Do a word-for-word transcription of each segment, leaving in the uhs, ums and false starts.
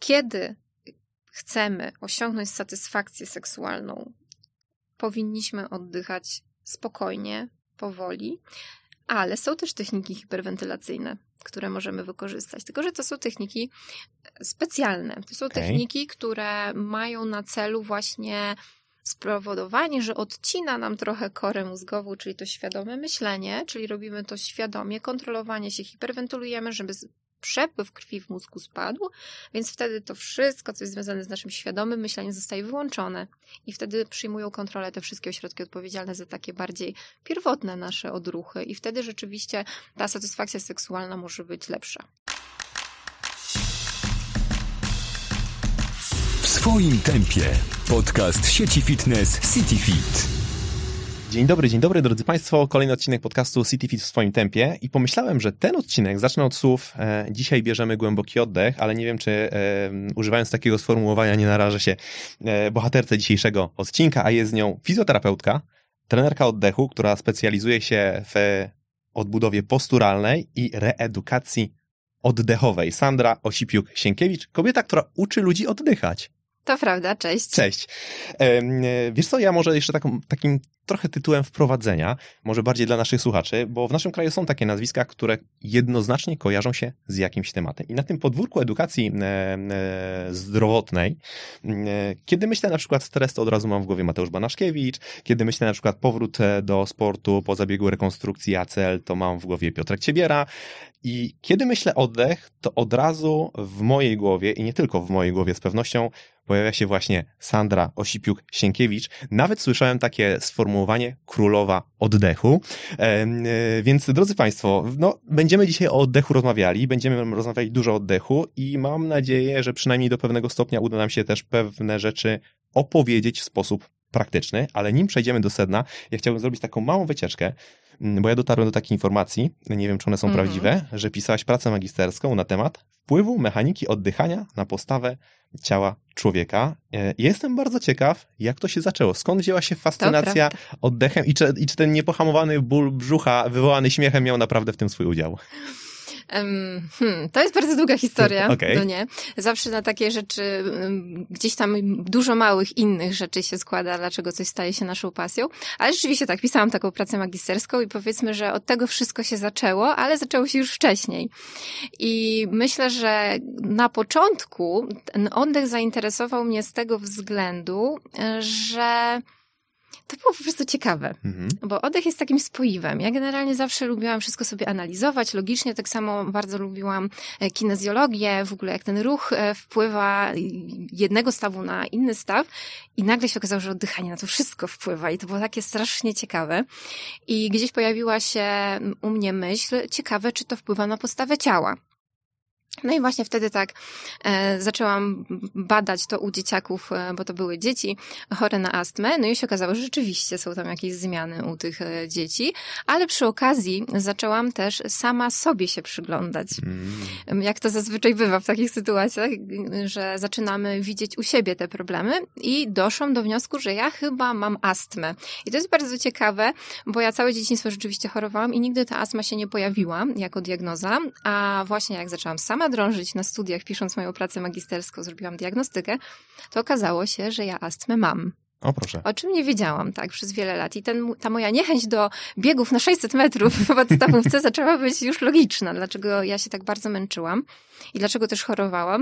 kiedy chcemy osiągnąć satysfakcję seksualną, powinniśmy oddychać spokojnie, powoli, ale są też techniki hiperwentylacyjne, które możemy wykorzystać. Tylko że to są techniki specjalne. To są okay. techniki, które mają na celu właśnie spowodowanie, że odcina nam trochę korę mózgową, czyli to świadome myślenie, czyli robimy to świadomie, kontrolowanie się, hiperwentylujemy, żeby przepływ krwi w mózgu spadł, więc wtedy to wszystko, co jest związane z naszym świadomym myśleniem, zostaje wyłączone i wtedy przyjmują kontrolę te wszystkie ośrodki odpowiedzialne za takie bardziej pierwotne nasze odruchy i wtedy rzeczywiście ta satysfakcja seksualna może być lepsza. W swoim tempie. Podcast sieci fitness CityFit. Dzień dobry, dzień dobry drodzy Państwo. Kolejny odcinek podcastu CityFit w swoim tempie i pomyślałem, że ten odcinek zacznę od słów e, dzisiaj bierzemy głęboki oddech, ale nie wiem, czy e, używając takiego sformułowania nie narażę się e, bohaterce dzisiejszego odcinka, a jest z nią fizjoterapeutka, trenerka oddechu, która specjalizuje się w odbudowie posturalnej i reedukacji oddechowej. Sandra Osipiuk-Sienkiewicz, kobieta, która uczy ludzi oddychać. To prawda, cześć. Cześć. Wiesz co, ja może jeszcze taką, takim trochę tytułem wprowadzenia, może bardziej dla naszych słuchaczy, bo w naszym kraju są takie nazwiska, które jednoznacznie kojarzą się z jakimś tematem. I na tym podwórku edukacji e, e, zdrowotnej, e, kiedy myślę na przykład stres, to od razu mam w głowie Mateusz Banaszkiewicz, kiedy myślę na przykład powrót do sportu po zabiegu rekonstrukcji A C L, to mam w głowie Piotrek Ciebiera. I kiedy myślę oddech, to od razu w mojej głowie, i nie tylko w mojej głowie z pewnością, pojawia się właśnie Sandra Osipiuk-Sienkiewicz. Nawet słyszałem takie sformułowanie królowa oddechu. E, e, więc drodzy Państwo, no, będziemy dzisiaj o oddechu rozmawiali, będziemy rozmawiali dużo o oddechu i mam nadzieję, że przynajmniej do pewnego stopnia uda nam się też pewne rzeczy opowiedzieć w sposób praktyczny, ale nim przejdziemy do sedna, ja chciałbym zrobić taką małą wycieczkę, bo ja dotarłem do takiej informacji, nie wiem, czy one są mm. prawdziwe, że pisałaś pracę magisterską na temat wpływu mechaniki oddychania na postawę ciała człowieka. Jestem bardzo ciekaw, jak to się zaczęło. Skąd wzięła się fascynacja oddechem i czy, i czy ten niepohamowany ból brzucha wywołany śmiechem miał naprawdę w tym swój udział? Um, hmm, to jest bardzo długa historia, okay. no nie? Zawsze na takie rzeczy, gdzieś tam dużo małych innych rzeczy się składa, dlaczego coś staje się naszą pasją. Ale rzeczywiście tak, pisałam taką pracę magisterską i powiedzmy, że od tego wszystko się zaczęło, ale zaczęło się już wcześniej. I myślę, że na początku ten oddech zainteresował mnie z tego względu, że to było po prostu ciekawe, mhm. bo oddech jest takim spoiwem. Ja generalnie zawsze lubiłam wszystko sobie analizować logicznie, tak samo bardzo lubiłam kinezjologię, w ogóle jak ten ruch wpływa jednego stawu na inny staw i nagle się okazało, że oddychanie na to wszystko wpływa i to było takie strasznie ciekawe. I gdzieś pojawiła się u mnie myśl, ciekawe, czy to wpływa na postawę ciała. No i właśnie wtedy tak e, zaczęłam badać to u dzieciaków, e, bo to były dzieci chore na astmę, no i się okazało, że rzeczywiście są tam jakieś zmiany u tych e, dzieci, ale przy okazji zaczęłam też sama sobie się przyglądać. Mm. Jak to zazwyczaj bywa w takich sytuacjach, że zaczynamy widzieć u siebie te problemy i doszłam do wniosku, że ja chyba mam astmę. I to jest bardzo ciekawe, bo ja całe dzieciństwo rzeczywiście chorowałam i nigdy ta astma się nie pojawiła jako diagnoza, a właśnie jak zaczęłam sama drążyć na studiach, pisząc moją pracę magisterską, zrobiłam diagnostykę, to okazało się, że ja astmę mam. O proszę. O czym nie wiedziałam, tak, przez wiele lat. I ten, ta moja niechęć do biegów na sześćset metrów w podstawówce zaczęła być już logiczna, dlaczego ja się tak bardzo męczyłam i dlaczego też chorowałam.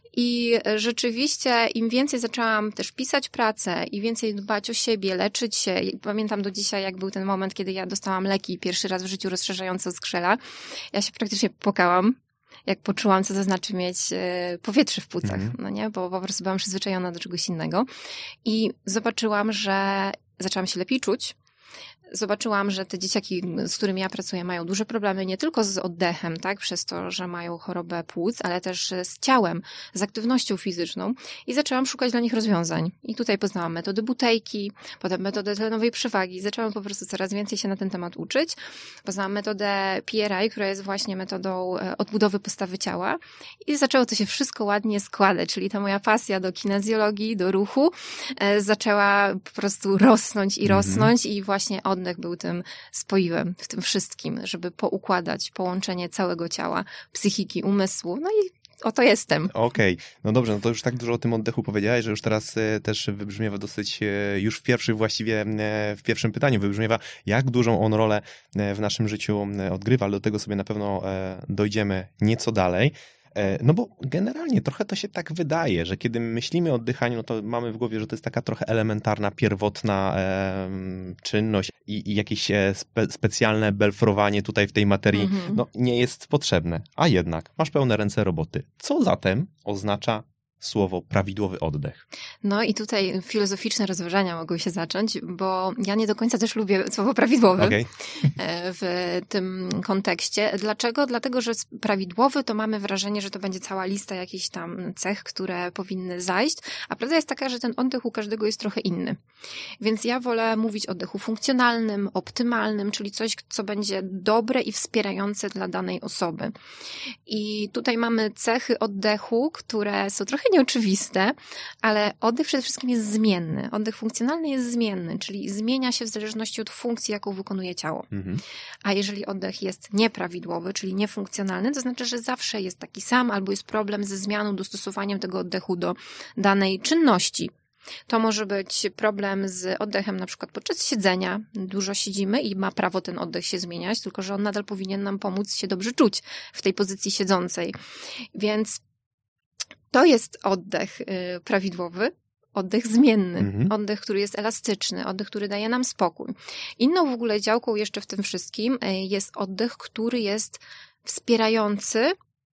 I rzeczywiście im więcej zaczęłam też pisać pracę i więcej dbać o siebie, leczyć się. Pamiętam do dzisiaj, jak był ten moment, kiedy ja dostałam leki pierwszy raz w życiu rozszerzające skrzela. Ja się praktycznie płakałam, jak poczułam, co to znaczy mieć powietrze w płucach, mm. no nie, bo po prostu byłam przyzwyczajona do czegoś innego i zobaczyłam, że zaczęłam się lepiej czuć. Zobaczyłam, że te dzieciaki, z którymi ja pracuję, mają duże problemy nie tylko z oddechem, tak, przez to, że mają chorobę płuc, ale też z ciałem, z aktywnością fizyczną i zaczęłam szukać dla nich rozwiązań. I tutaj poznałam metody Buteyki, potem metodę tlenowej przewagi. Zaczęłam po prostu coraz więcej się na ten temat uczyć. Poznałam metodę P R I, która jest właśnie metodą odbudowy postawy ciała i zaczęło to się wszystko ładnie składać, czyli ta moja pasja do kinezjologii, do ruchu zaczęła po prostu rosnąć i rosnąć mm-hmm. i właśnie oddech był tym spoiwem w tym wszystkim, żeby poukładać połączenie całego ciała, psychiki, umysłu, no i oto jestem. Okej, okay. No dobrze, no to już tak dużo o tym oddechu powiedziałeś, że już teraz e, też wybrzmiewa dosyć, e, już w pierwszym właściwie, e, w pierwszym pytaniu wybrzmiewa, jak dużą on rolę e, w naszym życiu e, odgrywa, ale do tego sobie na pewno e, dojdziemy nieco dalej. No bo generalnie trochę to się tak wydaje, że kiedy myślimy o oddychaniu, no to mamy w głowie, że to jest taka trochę elementarna, pierwotna e, czynność i, i jakieś spe, specjalne belfrowanie tutaj w tej materii mm-hmm. no, nie jest potrzebne. A jednak masz pełne ręce roboty. Co zatem oznacza słowo prawidłowy oddech? No i tutaj filozoficzne rozważania mogą się zacząć, bo ja nie do końca też lubię słowo prawidłowy okay. w tym kontekście. Dlaczego? Dlatego, że prawidłowy to mamy wrażenie, że to będzie cała lista jakichś tam cech, które powinny zajść, a prawda jest taka, że ten oddech u każdego jest trochę inny. Więc ja wolę mówić o oddechu funkcjonalnym, optymalnym, czyli coś, co będzie dobre i wspierające dla danej osoby. I tutaj mamy cechy oddechu, które są trochę nieoczywiste, ale oddech przede wszystkim jest zmienny. Oddech funkcjonalny jest zmienny, czyli zmienia się w zależności od funkcji, jaką wykonuje ciało. Mhm. A jeżeli oddech jest nieprawidłowy, czyli niefunkcjonalny, to znaczy, że zawsze jest taki sam, albo jest problem ze zmianą, dostosowaniem tego oddechu do danej czynności. To może być problem z oddechem na przykład podczas siedzenia. Dużo siedzimy i ma prawo ten oddech się zmieniać, tylko że on nadal powinien nam pomóc się dobrze czuć w tej pozycji siedzącej. Więc to jest oddech y, prawidłowy, oddech zmienny, mhm. oddech, który jest elastyczny, oddech, który daje nam spokój. Inną w ogóle działką jeszcze w tym wszystkim y, jest oddech, który jest wspierający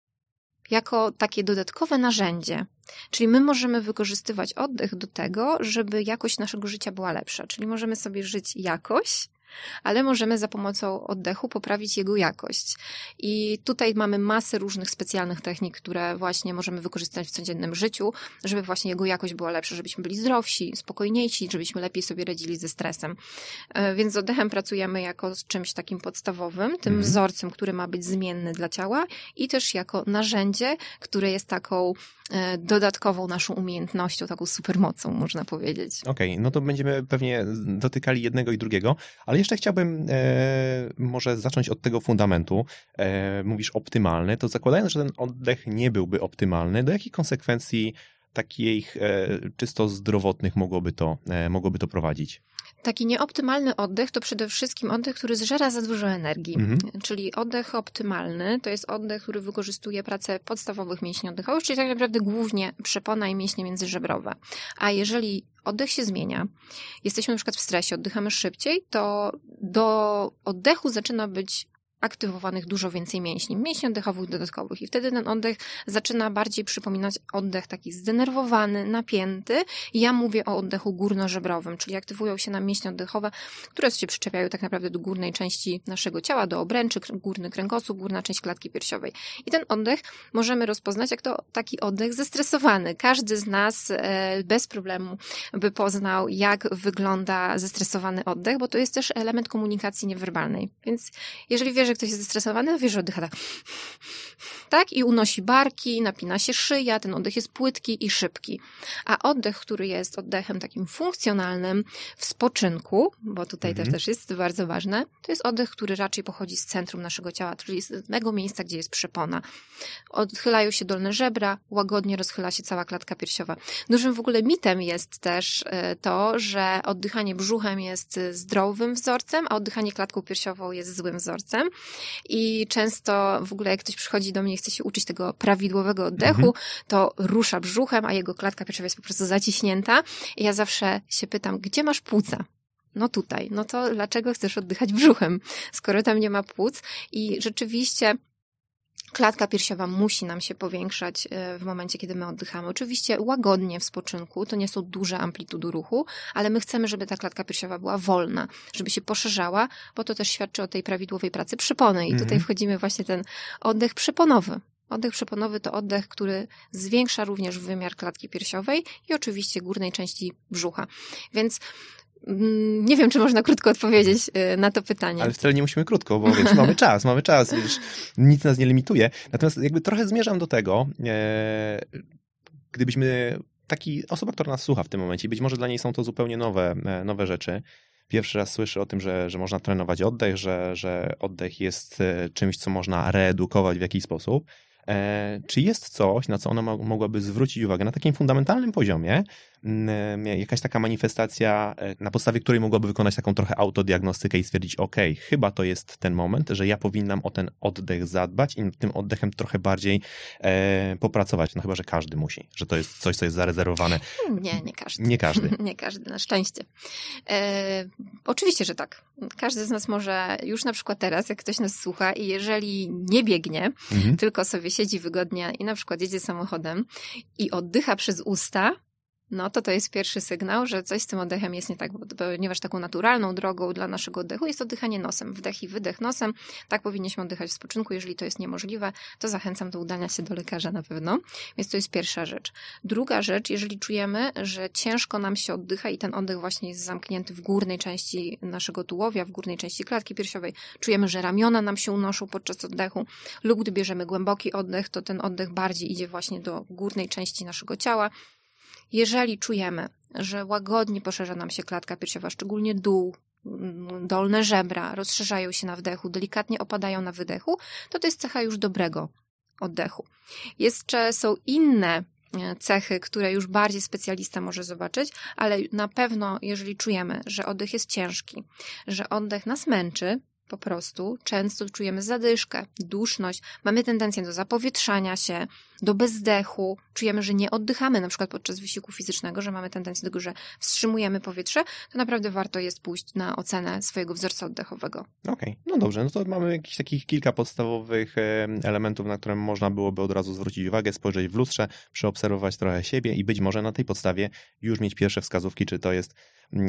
jako takie dodatkowe narzędzie. Czyli my możemy wykorzystywać oddech do tego, żeby jakość naszego życia była lepsza. Czyli możemy sobie żyć jakoś, ale możemy za pomocą oddechu poprawić jego jakość. I tutaj mamy masę różnych specjalnych technik, które właśnie możemy wykorzystać w codziennym życiu, żeby właśnie jego jakość była lepsza, żebyśmy byli zdrowsi, spokojniejsi, żebyśmy lepiej sobie radzili ze stresem. Więc z oddechem pracujemy jako z czymś takim podstawowym, tym mhm. wzorcem, który ma być zmienny dla ciała i też jako narzędzie, które jest taką dodatkową naszą umiejętnością, taką supermocą, można powiedzieć. Okej, okay, no to będziemy pewnie dotykali jednego i drugiego, ale jeszcze chciałbym e, może zacząć od tego fundamentu. E, mówisz optymalny, to zakładając, że ten oddech nie byłby optymalny, do jakich konsekwencji takich e, czysto zdrowotnych mogłoby to, e, mogłoby to prowadzić? Taki nieoptymalny oddech to przede wszystkim oddech, który zżera za dużo energii. Mhm. Czyli oddech optymalny to jest oddech, który wykorzystuje pracę podstawowych mięśni oddechowych, czyli tak naprawdę głównie przepona i mięśnie międzyżebrowe. A jeżeli oddech się zmienia, jesteśmy na przykład w stresie, oddychamy szybciej, to do oddechu zaczyna być aktywowanych dużo więcej mięśni, mięśni oddechowych dodatkowych i wtedy ten oddech zaczyna bardziej przypominać oddech taki zdenerwowany, napięty. I ja mówię o oddechu górnożebrowym, czyli aktywują się nam mięśnie oddechowe, które się przyczepiają tak naprawdę do górnej części naszego ciała, do obręczy, górny kręgosłup, górna część klatki piersiowej. I ten oddech możemy rozpoznać jak to taki oddech zestresowany. Każdy z nas bez problemu by poznał, jak wygląda zestresowany oddech, bo to jest też element komunikacji niewerbalnej. Więc jeżeli wiesz, że ktoś jest zestresowany, to wiesz, że oddycha tak. Tak? I unosi barki, napina się szyja, ten oddech jest płytki i szybki. A oddech, który jest oddechem takim funkcjonalnym w spoczynku, bo tutaj mhm. to też jest bardzo ważne, to jest oddech, który raczej pochodzi z centrum naszego ciała, czyli z tego miejsca, gdzie jest przepona. Odchylają się dolne żebra, łagodnie rozchyla się cała klatka piersiowa. Dużym w ogóle mitem jest też to, że oddychanie brzuchem jest zdrowym wzorcem, a oddychanie klatką piersiową jest złym wzorcem. I często w ogóle jak ktoś przychodzi do mnie i chce się uczyć tego prawidłowego oddechu, mhm. to rusza brzuchem, a jego klatka piersiowa jest po prostu zaciśnięta. I ja zawsze się pytam, gdzie masz płuca? No tutaj. No to dlaczego chcesz oddychać brzuchem, skoro tam nie ma płuc? I rzeczywiście klatka piersiowa musi nam się powiększać w momencie, kiedy my oddychamy. Oczywiście łagodnie w spoczynku, to nie są duże amplitudy ruchu, ale my chcemy, żeby ta klatka piersiowa była wolna, żeby się poszerzała, bo to też świadczy o tej prawidłowej pracy przypony. I mhm. tutaj wchodzimy właśnie ten oddech przyponowy. Oddech przyponowy to oddech, który zwiększa również wymiar klatki piersiowej i oczywiście górnej części brzucha. Więc nie wiem, czy można krótko odpowiedzieć na to pytanie. Ale wcale nie musimy krótko, bo wiesz, mamy czas, mamy czas, wiesz, nic nas nie limituje. Natomiast jakby trochę zmierzam do tego, e, gdybyśmy, taki osoba, która nas słucha w tym momencie, być może dla niej są to zupełnie nowe, nowe rzeczy. Pierwszy raz słyszy o tym, że, że można trenować oddech, że, że oddech jest czymś, co można reedukować w jakiś sposób. E, czy jest coś, na co ona mo- mogłaby zwrócić uwagę na takim fundamentalnym poziomie, m, jakaś taka manifestacja, na podstawie której mogłaby wykonać taką trochę autodiagnostykę i stwierdzić, ok, chyba to jest ten moment, że ja powinnam o ten oddech zadbać i tym oddechem trochę bardziej e, popracować. No chyba, że każdy musi, że to jest coś, co jest zarezerwowane. Nie, nie każdy. Nie każdy. Nie każdy, na szczęście. E, oczywiście, że tak. Każdy z nas może już na przykład teraz, jak ktoś nas słucha i jeżeli nie biegnie, mhm. tylko sobie siedzi wygodnie i na przykład jedzie samochodem i oddycha przez usta, no to to jest pierwszy sygnał, że coś z tym oddechem jest nie tak, ponieważ taką naturalną drogą dla naszego oddechu jest oddychanie nosem. Wdech i wydech nosem. Tak powinniśmy oddychać w spoczynku. Jeżeli to jest niemożliwe, to zachęcam do udania się do lekarza na pewno. Więc to jest pierwsza rzecz. Druga rzecz, jeżeli czujemy, że ciężko nam się oddycha i ten oddech właśnie jest zamknięty w górnej części naszego tułowia, w górnej części klatki piersiowej, czujemy, że ramiona nam się unoszą podczas oddechu lub gdy bierzemy głęboki oddech, to ten oddech bardziej idzie właśnie do górnej części naszego ciała. Jeżeli czujemy, że łagodnie poszerza nam się klatka piersiowa, szczególnie dół, dolne żebra rozszerzają się na wdechu, delikatnie opadają na wydechu, to to jest cecha już dobrego oddechu. Jeszcze są inne cechy, które już bardziej specjalista może zobaczyć, ale na pewno jeżeli czujemy, że oddech jest ciężki, że oddech nas męczy, po prostu często czujemy zadyszkę, duszność, mamy tendencję do zapowietrzania się, do bezdechu, czujemy, że nie oddychamy na przykład podczas wysiłku fizycznego, że mamy tendencję do tego, że wstrzymujemy powietrze, to naprawdę warto jest pójść na ocenę swojego wzorca oddechowego. Okej, okay. No dobrze, no to mamy jakichś takich kilka podstawowych elementów, na które można byłoby od razu zwrócić uwagę, spojrzeć w lustrze, przeobserwować trochę siebie i być może na tej podstawie już mieć pierwsze wskazówki, czy to jest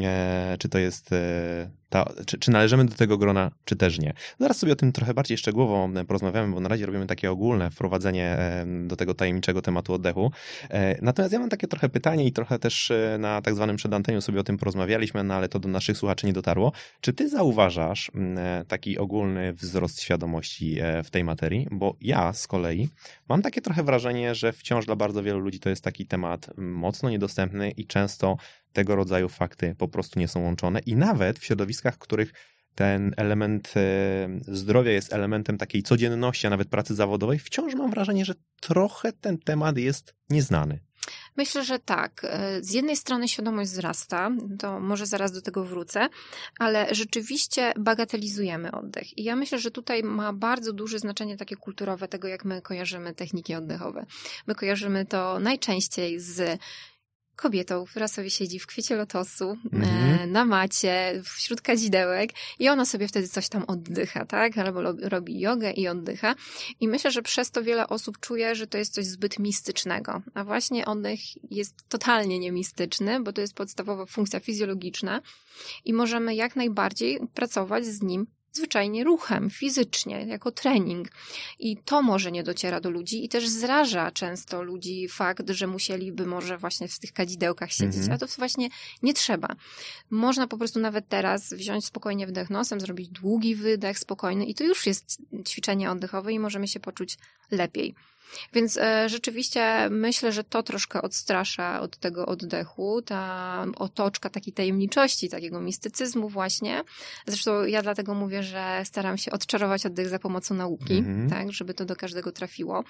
E, czy to jest e, ta, czy, czy należymy do tego grona, czy też nie. Zaraz sobie o tym trochę bardziej szczegółowo porozmawiamy, bo na razie robimy takie ogólne wprowadzenie e, do tego tajemniczego tematu oddechu. E, natomiast ja mam takie trochę pytanie i trochę też e, na tak zwanym przedanteniu sobie o tym porozmawialiśmy, no ale to do naszych słuchaczy nie dotarło. Czy ty zauważasz e, taki ogólny wzrost świadomości e, w tej materii? Bo ja z kolei mam takie trochę wrażenie, że wciąż dla bardzo wielu ludzi to jest taki temat mocno niedostępny i często tego rodzaju fakty po prostu nie są łączone i nawet w środowiskach, w których ten element zdrowia jest elementem takiej codzienności, a nawet pracy zawodowej, wciąż mam wrażenie, że trochę ten temat jest nieznany. Myślę, że tak. Z jednej strony świadomość wzrasta, to może zaraz do tego wrócę, ale rzeczywiście bagatelizujemy oddech. I ja myślę, że tutaj ma bardzo duże znaczenie takie kulturowe tego, jak my kojarzymy techniki oddechowe. My kojarzymy to najczęściej z kobietą, która sobie siedzi w kwiecie lotosu, mm-hmm. na macie, wśród kadzidełek i ona sobie wtedy coś tam oddycha, tak? Albo robi jogę i oddycha. I myślę, że przez to wiele osób czuje, że to jest coś zbyt mistycznego. A właśnie oddech jest totalnie niemistyczny, bo to jest podstawowa funkcja fizjologiczna i możemy jak najbardziej pracować z nim zwyczajnie ruchem, fizycznie, jako trening. I to może nie dociera do ludzi i też zraża często ludzi fakt, że musieliby może właśnie w tych kadzidełkach siedzieć, mm-hmm. a to właśnie nie trzeba. Można po prostu nawet teraz wziąć spokojnie wdech nosem, zrobić długi wydech, spokojny i to już jest ćwiczenie oddechowe i możemy się poczuć lepiej. Więc e, rzeczywiście myślę, że to troszkę odstrasza od tego oddechu, ta otoczka takiej tajemniczości, takiego mistycyzmu właśnie. Zresztą ja dlatego mówię, że staram się odczarować oddech za pomocą nauki, mm-hmm. tak, żeby to do każdego trafiło.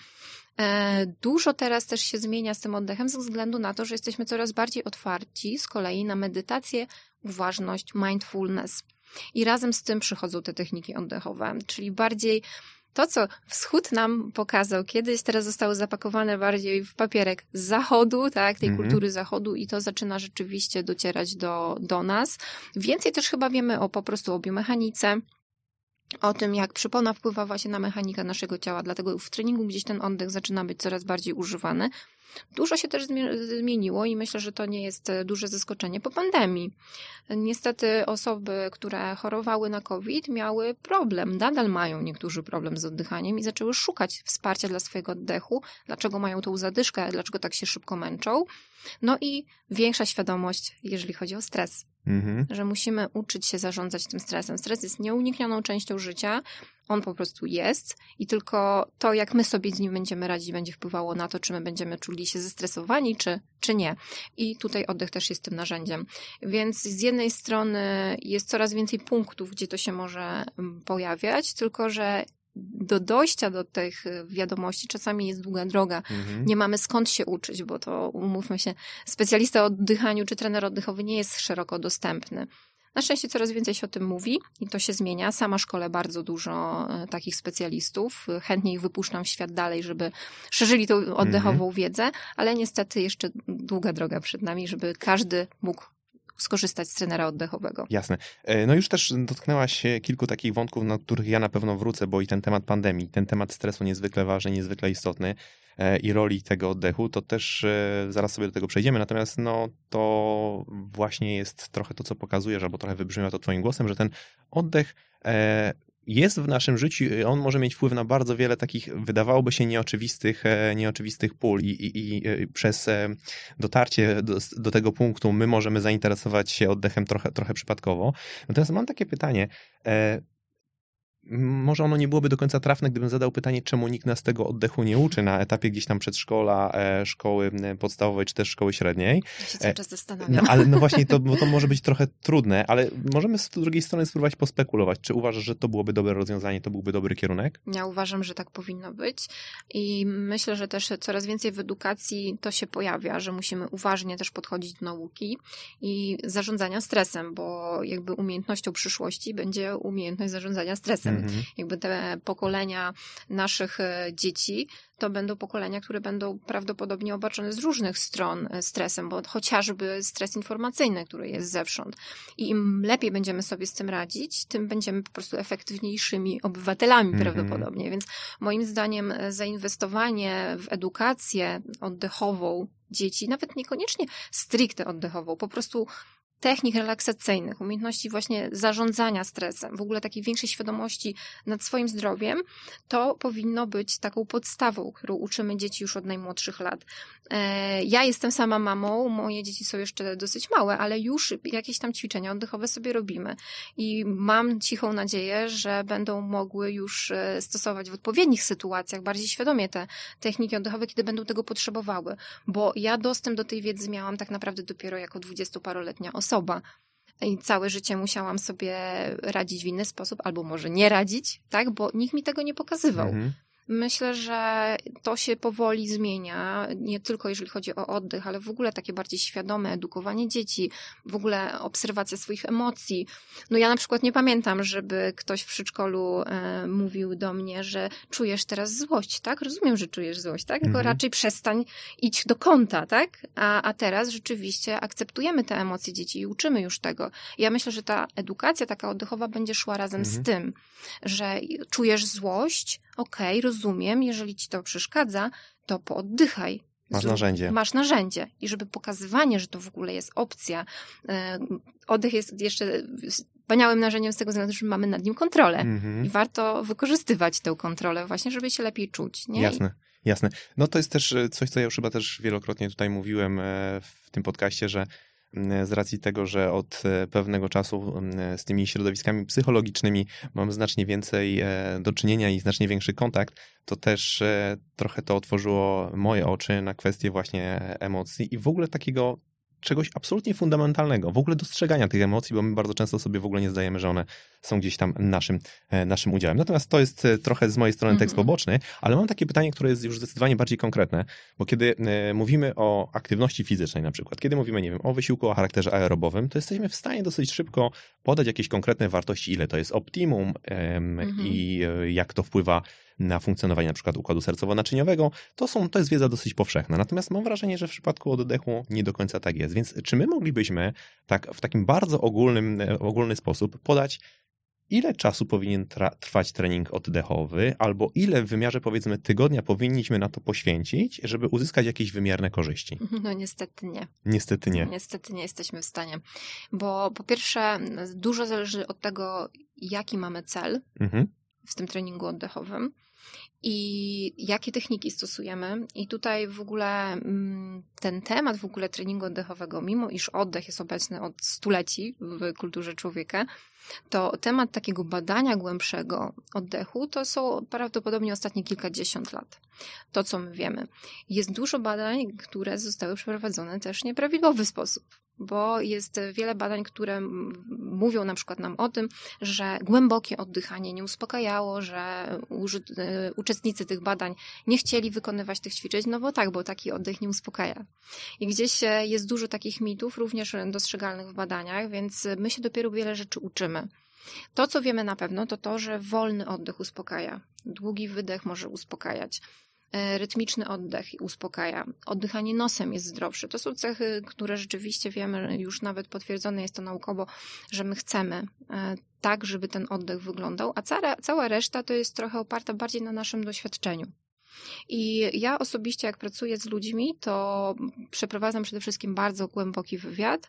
E, dużo teraz też się zmienia z tym oddechem ze względu na to, że jesteśmy coraz bardziej otwarci z kolei na medytację, uważność, mindfulness. I razem z tym przychodzą te techniki oddechowe, czyli bardziej to, co wschód nam pokazał kiedyś, teraz zostało zapakowane bardziej w papierek z zachodu, tak, tej mm-hmm. kultury zachodu i to zaczyna rzeczywiście docierać do, do nas. Więcej też chyba wiemy o po prostu o biomechanice, o tym, jak przypona wpływa właśnie na mechanikę naszego ciała, dlatego w treningu gdzieś ten oddech zaczyna być coraz bardziej używany. Dużo się też zmieniło i myślę, że to nie jest duże zaskoczenie po pandemii. Niestety osoby, które chorowały na COVID, miały problem, nadal mają niektórzy problem z oddychaniem i zaczęły szukać wsparcia dla swojego oddechu, dlaczego mają tą zadyszkę, dlaczego tak się szybko męczą. No i większa świadomość, jeżeli chodzi o stres. Mhm. Że musimy uczyć się zarządzać tym stresem. Stres jest nieuniknioną częścią życia, on po prostu jest i tylko to, jak my sobie z nim będziemy radzić, będzie wpływało na to, czy my będziemy czuli się zestresowani, czy, czy nie. I tutaj oddech też jest tym narzędziem. Więc z jednej strony jest coraz więcej punktów, gdzie to się może pojawiać, tylko że do dojścia do tych wiadomości czasami jest długa droga. Mhm. Nie mamy skąd się uczyć, bo to, umówmy się, specjalista o oddychaniu czy trener oddechowy nie jest szeroko dostępny. Na szczęście coraz więcej się o tym mówi i to się zmienia. Sama szkolę bardzo dużo takich specjalistów. Chętnie ich wypuszczam w świat dalej, żeby szerzyli tą oddechową mm-hmm. wiedzę, ale niestety jeszcze długa droga przed nami, żeby każdy mógł skorzystać z trenera oddechowego. Jasne. No już też dotknęłaś kilku takich wątków, na których ja na pewno wrócę, bo i ten temat pandemii, ten temat stresu niezwykle ważny, niezwykle istotny i roli tego oddechu, to też zaraz sobie do tego przejdziemy, natomiast no to właśnie jest trochę to, co pokazujesz, albo trochę wybrzmiało to twoim głosem, że ten oddech jest w naszym życiu, on może mieć wpływ na bardzo wiele takich, wydawałoby się, nieoczywistych, nieoczywistych pól i, i, i przez dotarcie do, do tego punktu my możemy zainteresować się oddechem trochę, trochę przypadkowo. Natomiast mam takie pytanie, może ono nie byłoby do końca trafne, gdybym zadał pytanie, czemu nikt nas tego oddechu nie uczy na etapie gdzieś tam przedszkola, szkoły podstawowej, czy też szkoły średniej. Ja się cały czas zastanawiam. No, ale no właśnie, to, bo to może być trochę trudne, ale możemy z drugiej strony spróbować pospekulować. Czy uważasz, że to byłoby dobre rozwiązanie, to byłby dobry kierunek? Ja uważam, że tak powinno być i myślę, że też coraz więcej w edukacji to się pojawia, że musimy uważnie też podchodzić do nauki i zarządzania stresem, bo jakby umiejętnością przyszłości będzie umiejętność zarządzania stresem. Mhm. Jakby te pokolenia naszych dzieci to będą pokolenia, które będą prawdopodobnie obarczone z różnych stron stresem, bo chociażby stres informacyjny, który jest zewsząd. I im lepiej będziemy sobie z tym radzić, tym będziemy po prostu efektywniejszymi obywatelami mm-hmm. prawdopodobnie. Więc moim zdaniem zainwestowanie w edukację oddechową dzieci, nawet niekoniecznie stricte oddechową, po prostu technik relaksacyjnych, umiejętności właśnie zarządzania stresem, w ogóle takiej większej świadomości nad swoim zdrowiem, to powinno być taką podstawą, którą uczymy dzieci już od najmłodszych lat. Ja jestem sama mamą, moje dzieci są jeszcze dosyć małe, ale już jakieś tam ćwiczenia oddechowe sobie robimy i mam cichą nadzieję, że będą mogły już stosować w odpowiednich sytuacjach bardziej świadomie te techniki oddechowe, kiedy będą tego potrzebowały, bo ja dostęp do tej wiedzy miałam tak naprawdę dopiero jako dwudziestoparoletnia osoba. Osoba. I całe życie musiałam sobie radzić w inny sposób, albo może nie radzić, tak, bo nikt mi tego nie pokazywał. Mhm. Myślę, że to się powoli zmienia, nie tylko jeżeli chodzi o oddech, ale w ogóle takie bardziej świadome edukowanie dzieci, w ogóle obserwacja swoich emocji. No ja na przykład nie pamiętam, żeby ktoś w przedszkolu e, mówił do mnie, że czujesz teraz złość, tak? Rozumiem, że czujesz złość, tak? Tylko mhm. raczej przestań, idź do kąta, tak? A, a teraz rzeczywiście akceptujemy te emocje dzieci i uczymy już tego. Ja myślę, że ta edukacja taka oddechowa będzie szła razem mhm. z tym, że czujesz złość, okej, okay, rozumiem, jeżeli ci to przeszkadza, to pooddychaj. Masz narzędzie. Masz narzędzie. I żeby pokazywanie, że to w ogóle jest opcja. Oddech jest jeszcze wspaniałym narzędziem z tego względu, że mamy nad nim kontrolę. Mm-hmm. I warto wykorzystywać tę kontrolę właśnie, żeby się lepiej czuć. Nie? Jasne, jasne. No to jest też coś, co ja już chyba też wielokrotnie tutaj mówiłem w tym podcaście, że z racji tego, że od pewnego czasu z tymi środowiskami psychologicznymi mam znacznie więcej do czynienia i znacznie większy kontakt, to też trochę to otworzyło moje oczy na kwestię właśnie emocji i w ogóle takiego czegoś absolutnie fundamentalnego, w ogóle dostrzegania tych emocji, bo my bardzo często sobie w ogóle nie zdajemy, że one są gdzieś tam naszym, naszym udziałem. Natomiast to jest trochę z mojej strony tekst poboczny, ale mam takie pytanie, które jest już zdecydowanie bardziej konkretne, bo kiedy mówimy o aktywności fizycznej na przykład, kiedy mówimy, nie wiem, o wysiłku o charakterze aerobowym, to jesteśmy w stanie dosyć szybko podać jakieś konkretne wartości, ile to jest optimum em, mhm. i jak to wpływa na funkcjonowanie na przykład układu sercowo-naczyniowego, to, są, to jest wiedza dosyć powszechna. Natomiast mam wrażenie, że w przypadku oddechu nie do końca tak jest. Więc czy my moglibyśmy tak w takim bardzo ogólnym, ogólny sposób podać, ile czasu powinien tra- trwać trening oddechowy, albo ile w wymiarze, powiedzmy, tygodnia powinniśmy na to poświęcić, żeby uzyskać jakieś wymierne korzyści? No niestety nie. Niestety nie. Niestety nie jesteśmy w stanie. Bo po pierwsze, dużo zależy od tego, jaki mamy cel mhm. w tym treningu oddechowym i jakie techniki stosujemy. I tutaj w ogóle ten temat w ogóle treningu oddechowego, mimo iż oddech jest obecny od stuleci w kulturze człowieka, to temat takiego badania głębszego oddechu to są prawdopodobnie ostatnie kilkadziesiąt lat. To, co my wiemy. Jest dużo badań, które zostały przeprowadzone też w nieprawidłowy sposób. bo jest wiele badań, które mówią na przykład nam o tym, że głębokie oddychanie nie uspokajało, że uczestnicy tych badań nie chcieli wykonywać tych ćwiczeń, no bo tak, bo taki oddech nie uspokaja. I gdzieś jest dużo takich mitów, również dostrzegalnych w badaniach, więc my się dopiero wiele rzeczy uczymy. To, co wiemy na pewno, to to, że wolny oddech uspokaja. Długi wydech może uspokajać. Rytmiczny oddech uspokaja. Oddychanie nosem jest zdrowsze. To są cechy, które rzeczywiście wiemy, już nawet potwierdzone jest to naukowo, że my chcemy tak, żeby ten oddech wyglądał, a cała, cała reszta to jest trochę oparta bardziej na naszym doświadczeniu. I ja osobiście, jak pracuję z ludźmi, to przeprowadzam przede wszystkim bardzo głęboki wywiad,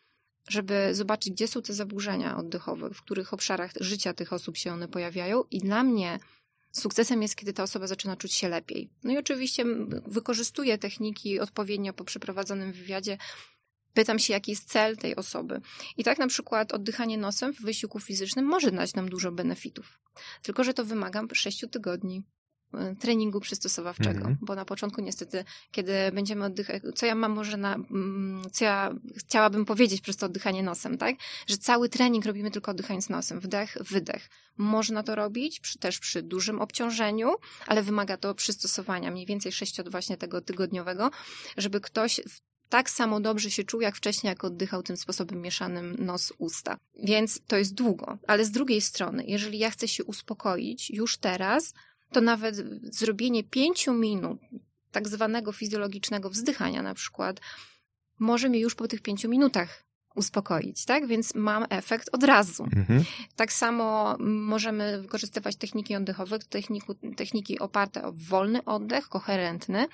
żeby zobaczyć, gdzie są te zaburzenia oddechowe, w których obszarach życia tych osób się one pojawiają. I dla mnie sukcesem jest, kiedy ta osoba zaczyna czuć się lepiej. No i oczywiście wykorzystuję techniki odpowiednio po przeprowadzonym wywiadzie. Pytam się, jaki jest cel tej osoby. I tak na przykład oddychanie nosem w wysiłku fizycznym może dać nam dużo benefitów. Tylko że to wymaga sześciu tygodni treningu przystosowawczego, mhm. bo na początku niestety, kiedy będziemy oddychać, co ja mam może na, co ja chciałabym powiedzieć przez to oddychanie nosem, tak? Że cały trening robimy tylko oddychając nosem, wdech, wydech. Można to robić przy, też przy dużym obciążeniu, ale wymaga to przystosowania, mniej więcej sześciu właśnie tego tygodniowego, żeby ktoś tak samo dobrze się czuł, jak wcześniej, jak oddychał tym sposobem mieszanym nos-usta. Więc to jest długo. Ale z drugiej strony, jeżeli ja chcę się uspokoić już teraz, to nawet zrobienie pięciu minut tak zwanego fizjologicznego wzdychania na przykład może mnie już po tych pięciu minutach uspokoić, tak? Więc mam efekt od razu. Mhm. Tak samo możemy wykorzystywać techniki oddechowe, techniku, techniki oparte o wolny oddech, koherentny.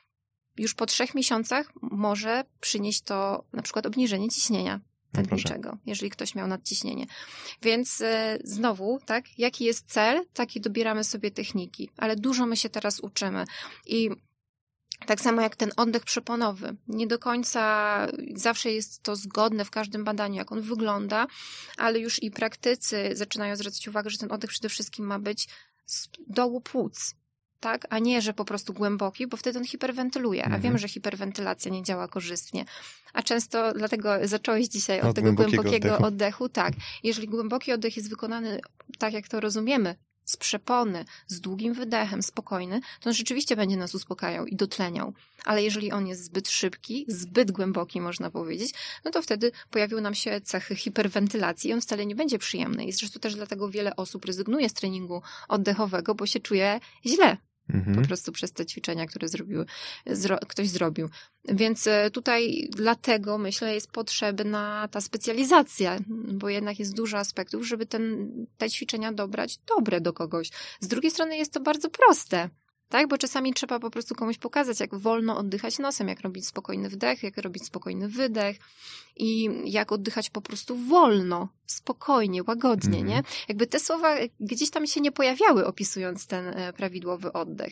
Już po trzech miesiącach może przynieść to na przykład obniżenie ciśnienia tętniczego, no jeżeli ktoś miał nadciśnienie. Więc e, znowu, tak, jaki jest cel, taki dobieramy sobie techniki, ale dużo my się teraz uczymy i tak samo jak ten oddech przeponowy. Nie do końca zawsze jest to zgodne w każdym badaniu, jak on wygląda, ale już i praktycy zaczynają zwracać uwagę, że ten oddech przede wszystkim ma być z dołu płuc. Tak, a nie, że po prostu głęboki, bo wtedy on hiperwentyluje, a mm-hmm. wiem, że hiperwentylacja nie działa korzystnie. A często, dlatego zacząłeś dzisiaj od, od tego głębokiego, głębokiego oddechu. oddechu. Tak, jeżeli głęboki oddech jest wykonany tak, jak to rozumiemy, z przepony, z długim wydechem, spokojny, to on rzeczywiście będzie nas uspokajał i dotleniał. Ale jeżeli on jest zbyt szybki, zbyt głęboki, można powiedzieć, no to wtedy pojawią nam się cechy hiperwentylacji i on wcale nie będzie przyjemny. I zresztą też dlatego wiele osób rezygnuje z treningu oddechowego, bo się czuje źle. Mhm. Po prostu przez te ćwiczenia, które zrobiły, zro, ktoś zrobił. Więc tutaj dlatego, myślę, jest potrzebna ta specjalizacja, bo jednak jest dużo aspektów, żeby ten, te ćwiczenia dobrać dobre do kogoś. Z drugiej strony jest to bardzo proste. Tak, bo czasami trzeba po prostu komuś pokazać, jak wolno oddychać nosem, jak robić spokojny wdech, jak robić spokojny wydech i jak oddychać po prostu wolno, spokojnie, łagodnie, mm. nie? Jakby te słowa gdzieś tam się nie pojawiały, opisując ten prawidłowy oddech.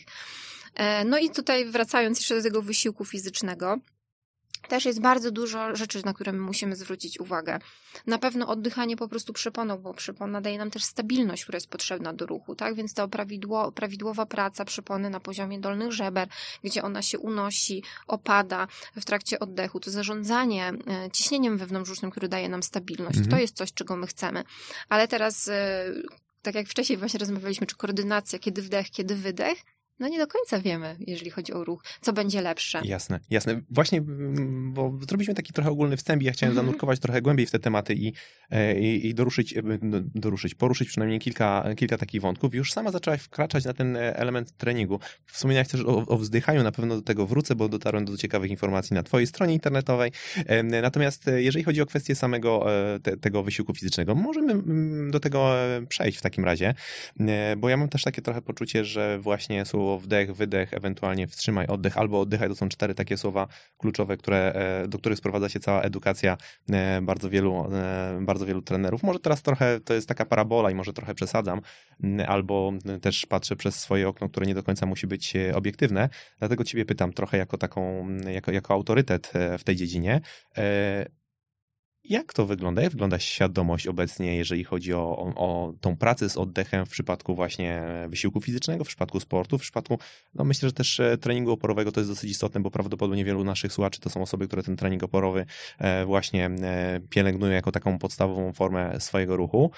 No i tutaj wracając jeszcze do tego wysiłku fizycznego, też jest bardzo dużo rzeczy, na które my musimy zwrócić uwagę. Na pewno oddychanie po prostu przeponą, bo przepona daje nam też stabilność, która jest potrzebna do ruchu, tak? Więc ta prawidło, prawidłowa praca przepony na poziomie dolnych żeber, gdzie ona się unosi, opada w trakcie oddechu, to zarządzanie ciśnieniem wewnątrzbrzusznym, które daje nam stabilność, mhm. to jest coś, czego my chcemy. Ale teraz, tak jak wcześniej właśnie rozmawialiśmy, czy koordynacja, kiedy wdech, kiedy wydech, no nie do końca wiemy, jeżeli chodzi o ruch, co będzie lepsze. Jasne, jasne. Właśnie, bo zrobiliśmy taki trochę ogólny wstęp i ja chciałem mm-hmm. zanurkować trochę głębiej w te tematy i, i, i doruszyć, doruszyć, poruszyć przynajmniej kilka, kilka takich wątków. Już sama zaczęłaś wkraczać na ten element treningu. Wspomniałaś też o, o wzdychaniu, na pewno do tego wrócę, bo dotarłem do ciekawych informacji na twojej stronie internetowej. Natomiast jeżeli chodzi o kwestię samego te, tego wysiłku fizycznego, możemy do tego przejść w takim razie, bo ja mam też takie trochę poczucie, że właśnie są wdech, wydech, ewentualnie wstrzymaj oddech albo oddychaj. To są cztery takie słowa kluczowe, które, do których sprowadza się cała edukacja bardzo wielu, bardzo wielu trenerów. Może teraz trochę to jest taka parabola i może trochę przesadzam, albo też patrzę przez swoje okno, które nie do końca musi być obiektywne. Dlatego ciebie pytam trochę jako taką, jako, jako autorytet w tej dziedzinie. Jak to wygląda? Jak wygląda świadomość obecnie, jeżeli chodzi o, o, o tą pracę z oddechem w przypadku właśnie wysiłku fizycznego, w przypadku sportu, w przypadku, no myślę, że też treningu oporowego to jest dosyć istotne, bo prawdopodobnie wielu naszych słuchaczy to są osoby, które ten trening oporowy właśnie pielęgnują jako taką podstawową formę swojego ruchu.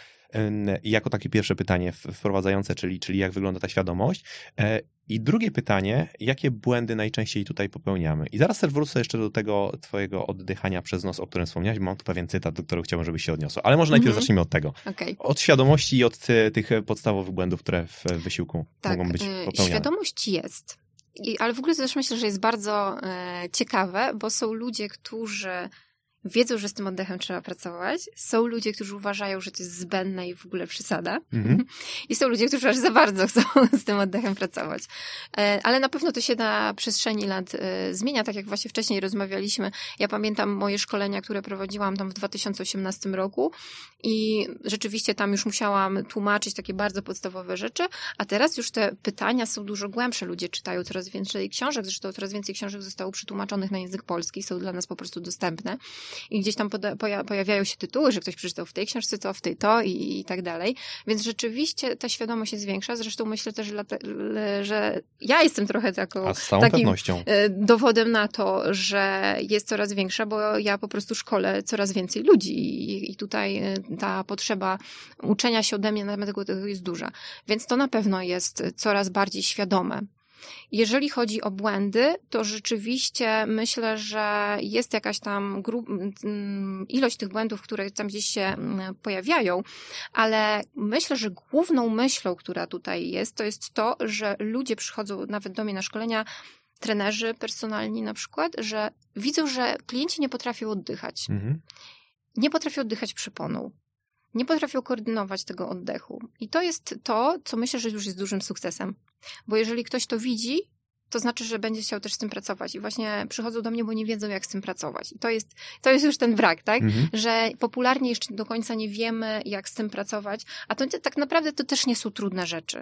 I jako takie pierwsze pytanie wprowadzające, czyli, czyli jak wygląda ta świadomość. I drugie pytanie, jakie błędy najczęściej tutaj popełniamy? I zaraz też wrócę jeszcze do tego twojego oddychania przez nos, o którym wspomniałeś. Mam tu pewien cytat, do którego chciałbym, żebyś się odniosła. Ale może najpierw mm-hmm. zacznijmy od tego. Okay. Od świadomości i od tych podstawowych błędów, które w wysiłku tak, mogą być popełniane. Świadomość jest. I, ale w ogóle to też myślę, że jest bardzo e, ciekawe, bo są ludzie, którzy wiedzą, że z tym oddechem trzeba pracować. Są ludzie, którzy uważają, że to jest zbędne i w ogóle przesada. Mm-hmm. I są ludzie, którzy aż za bardzo chcą z tym oddechem pracować. Ale na pewno to się na przestrzeni lat zmienia, tak jak właśnie wcześniej rozmawialiśmy. Ja pamiętam moje szkolenia, które prowadziłam tam w dwa tysiące osiemnastym roku i rzeczywiście tam już musiałam tłumaczyć takie bardzo podstawowe rzeczy, a teraz już te pytania są dużo głębsze. Ludzie czytają coraz więcej książek, zresztą coraz więcej książek zostało przetłumaczonych na język polski, są dla nas po prostu dostępne. I gdzieś tam poda- poja- pojawiają się tytuły, że ktoś przeczytał w tej książce to, w tej to i, i tak dalej. Więc rzeczywiście ta świadomość się zwiększa. Zresztą myślę też, że, że ja jestem trochę taką, z całą takim pewnością. dowodem na to, że jest coraz większa, bo ja po prostu szkolę coraz więcej ludzi i, i tutaj ta potrzeba uczenia się ode mnie na temat tego jest duża. Więc to na pewno jest coraz bardziej świadome. Jeżeli chodzi o błędy, to rzeczywiście myślę, że jest jakaś tam gru- ilość tych błędów, które tam gdzieś się pojawiają, ale myślę, że główną myślą, która tutaj jest, to jest to, że ludzie przychodzą nawet do mnie na szkolenia, trenerzy personalni na przykład, że widzą, że klienci nie potrafią oddychać. Mhm. Nie potrafią oddychać przyponą. Nie potrafią koordynować tego oddechu. I to jest to, co myślę, że już jest dużym sukcesem. Bo jeżeli ktoś to widzi, to znaczy, że będzie chciał też z tym pracować. I właśnie przychodzą do mnie, bo nie wiedzą, jak z tym pracować. I to jest, to jest już ten brak, tak? Mhm. Że popularnie jeszcze do końca nie wiemy, jak z tym pracować. A to tak naprawdę to też nie są trudne rzeczy.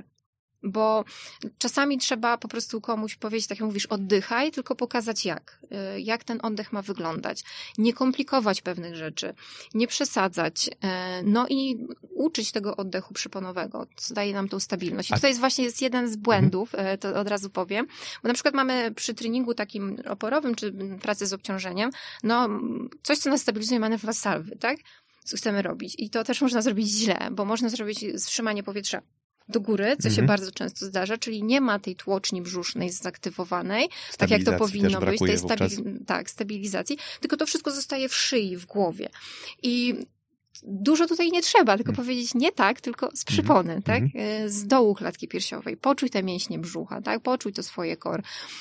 Bo czasami trzeba po prostu komuś powiedzieć, tak jak mówisz, oddychaj, tylko pokazać jak. Jak ten oddech ma wyglądać. Nie komplikować pewnych rzeczy. Nie przesadzać. No i uczyć tego oddechu przyponowego, co daje nam tą stabilność. I tutaj jest właśnie jest jeden z błędów, to od razu powiem. Bo na przykład mamy przy treningu takim oporowym, czy pracy z obciążeniem, no coś, co nas stabilizuje, mamy salwy, tak? Co chcemy robić. I to też można zrobić źle, bo można zrobić wstrzymanie powietrza do góry, co się mhm. bardzo często zdarza, czyli nie ma tej tłoczni brzusznej zaktywowanej, tak jak to powinno być, tej stabi- tak, stabilizacji, tylko to wszystko zostaje w szyi, w głowie. I dużo tutaj nie trzeba, tylko mhm. powiedzieć nie tak, tylko z przypony, mhm. tak? Z dołu klatki piersiowej. Poczuj te mięśnie brzucha, tak? Poczuj to swoje core.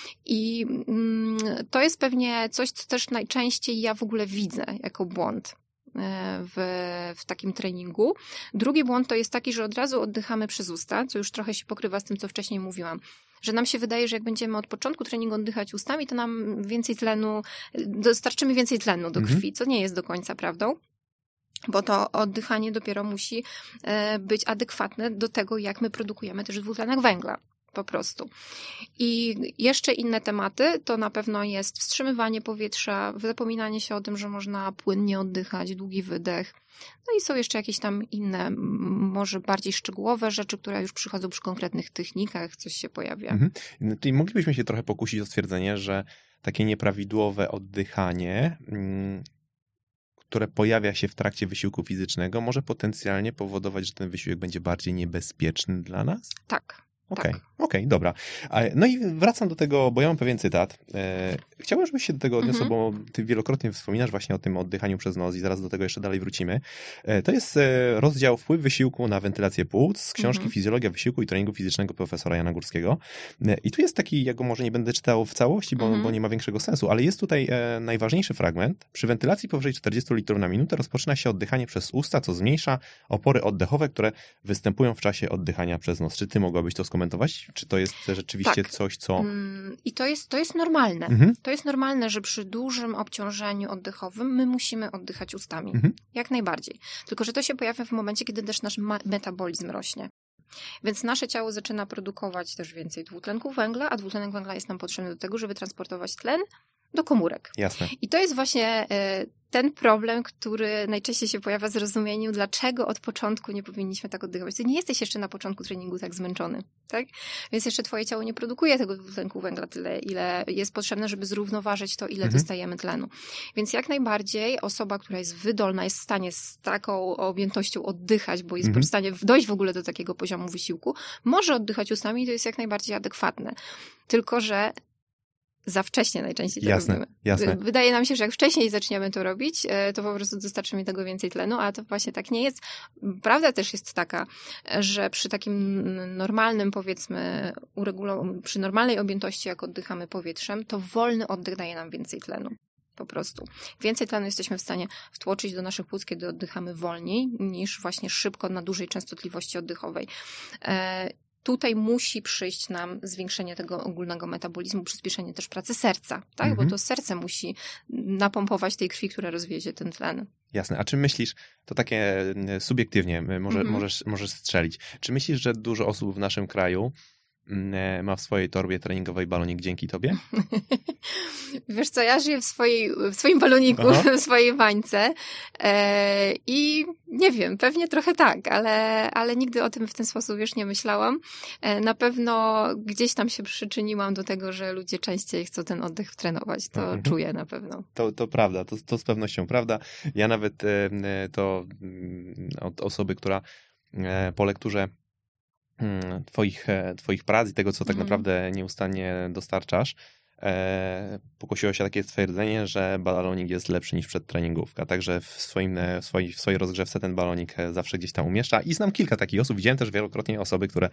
I mm, to jest pewnie coś, co też najczęściej ja w ogóle widzę jako błąd. W, w takim treningu. Drugi błąd to jest taki, że od razu oddychamy przez usta, co już trochę się pokrywa z tym, co wcześniej mówiłam. Że nam się wydaje, że jak będziemy od początku treningu oddychać ustami, to nam więcej tlenu, dostarczymy więcej tlenu do krwi, mhm. co nie jest do końca prawdą. Bo to oddychanie dopiero musi być adekwatne do tego, jak my produkujemy też dwutlenek węgla. Po prostu. I jeszcze inne tematy, to na pewno jest wstrzymywanie powietrza, zapominanie się o tym, że można płynnie oddychać, długi wydech. No i są jeszcze jakieś tam inne, może bardziej szczegółowe rzeczy, które już przychodzą przy konkretnych technikach, coś się pojawia. Mhm. Czyli moglibyśmy się trochę pokusić o stwierdzenie, że takie nieprawidłowe oddychanie, które pojawia się w trakcie wysiłku fizycznego, może potencjalnie powodować, że ten wysiłek będzie bardziej niebezpieczny dla nas? Tak. Okej, tak. okej, okay, dobra. No i wracam do tego, bo ja mam pewien cytat. Chciałbym, żebyś się do tego odniosła, mm-hmm. bo ty wielokrotnie wspominasz właśnie o tym oddychaniu przez nos i zaraz do tego jeszcze dalej wrócimy. To jest rozdział Wpływ wysiłku na wentylację płuc z książki mm-hmm. Fizjologia wysiłku i treningu fizycznego profesora Jana Górskiego. I tu jest taki, ja go może nie będę czytał w całości, bo, mm-hmm. bo nie ma większego sensu, ale jest tutaj najważniejszy fragment. Przy wentylacji powyżej czterdzieści litrów na minutę rozpoczyna się oddychanie przez usta, co zmniejsza opory oddechowe, które występują w czasie oddychania przez nos. Czy ty mogłabyś to skomentować? Czy to jest rzeczywiście tak. coś, co... I to jest, to jest normalne. Mhm. To jest normalne, że przy dużym obciążeniu oddechowym my musimy oddychać ustami. Mhm. Jak najbardziej. Tylko, że to się pojawia w momencie, kiedy też nasz metabolizm rośnie. Więc nasze ciało zaczyna produkować też więcej dwutlenku węgla, a dwutlenek węgla jest nam potrzebny do tego, żeby transportować tlen do komórek. Jasne. I to jest właśnie ten problem, który najczęściej się pojawia w zrozumieniu, dlaczego od początku nie powinniśmy tak oddychać. Ty nie jesteś jeszcze na początku treningu tak zmęczony, tak? Więc jeszcze twoje ciało nie produkuje tego dwutlenku węgla tyle, ile jest potrzebne, żeby zrównoważyć to, ile mhm. dostajemy tlenu. Więc jak najbardziej osoba, która jest wydolna, jest w stanie z taką objętością oddychać, bo jest mhm. w stanie dojść w ogóle do takiego poziomu wysiłku, może oddychać ustami i to jest jak najbardziej adekwatne. Tylko że za wcześnie najczęściej to jasne, robimy. Jasne. Wydaje nam się, że jak wcześniej zaczniemy to robić, to po prostu dostarczy mi tego więcej tlenu, a to właśnie tak nie jest. Prawda też jest taka, że przy takim normalnym, powiedzmy, uregulow- przy normalnej objętości, jak oddychamy powietrzem, to wolny oddech daje nam więcej tlenu. Po prostu. Więcej tlenu jesteśmy w stanie wtłoczyć do naszych płuc, kiedy oddychamy wolniej, niż właśnie szybko na dużej częstotliwości oddechowej. E- Tutaj musi przyjść nam zwiększenie tego ogólnego metabolizmu, przyspieszenie też pracy serca, tak? Mhm. Bo to serce musi napompować tej krwi, która rozwiezie ten tlen. Jasne. A czy myślisz, to takie subiektywnie może, mhm. możesz, możesz strzelić, czy myślisz, że dużo osób w naszym kraju ma w swojej torbie treningowej balonik dzięki tobie? Wiesz co, ja żyję w, swojej, w swoim baloniku, Aha. w swojej bańce e, i nie wiem, pewnie trochę tak, ale, ale nigdy o tym w ten sposób już nie myślałam. E, na pewno gdzieś tam się przyczyniłam do tego, że ludzie częściej chcą ten oddech trenować. To mhm. czuję na pewno. To, to prawda, to, to z pewnością prawda. Ja nawet e, to od osoby, która e, po lekturze Twoich, twoich prac i tego, co tak naprawdę nieustannie dostarczasz, e, pokusiło się takie stwierdzenie, że balonik jest lepszy niż przedtreningówka. Także w, swoim, w, swojej, w swojej rozgrzewce ten balonik zawsze gdzieś tam umieszcza. I znam kilka takich osób. Widziałem też wielokrotnie osoby, które...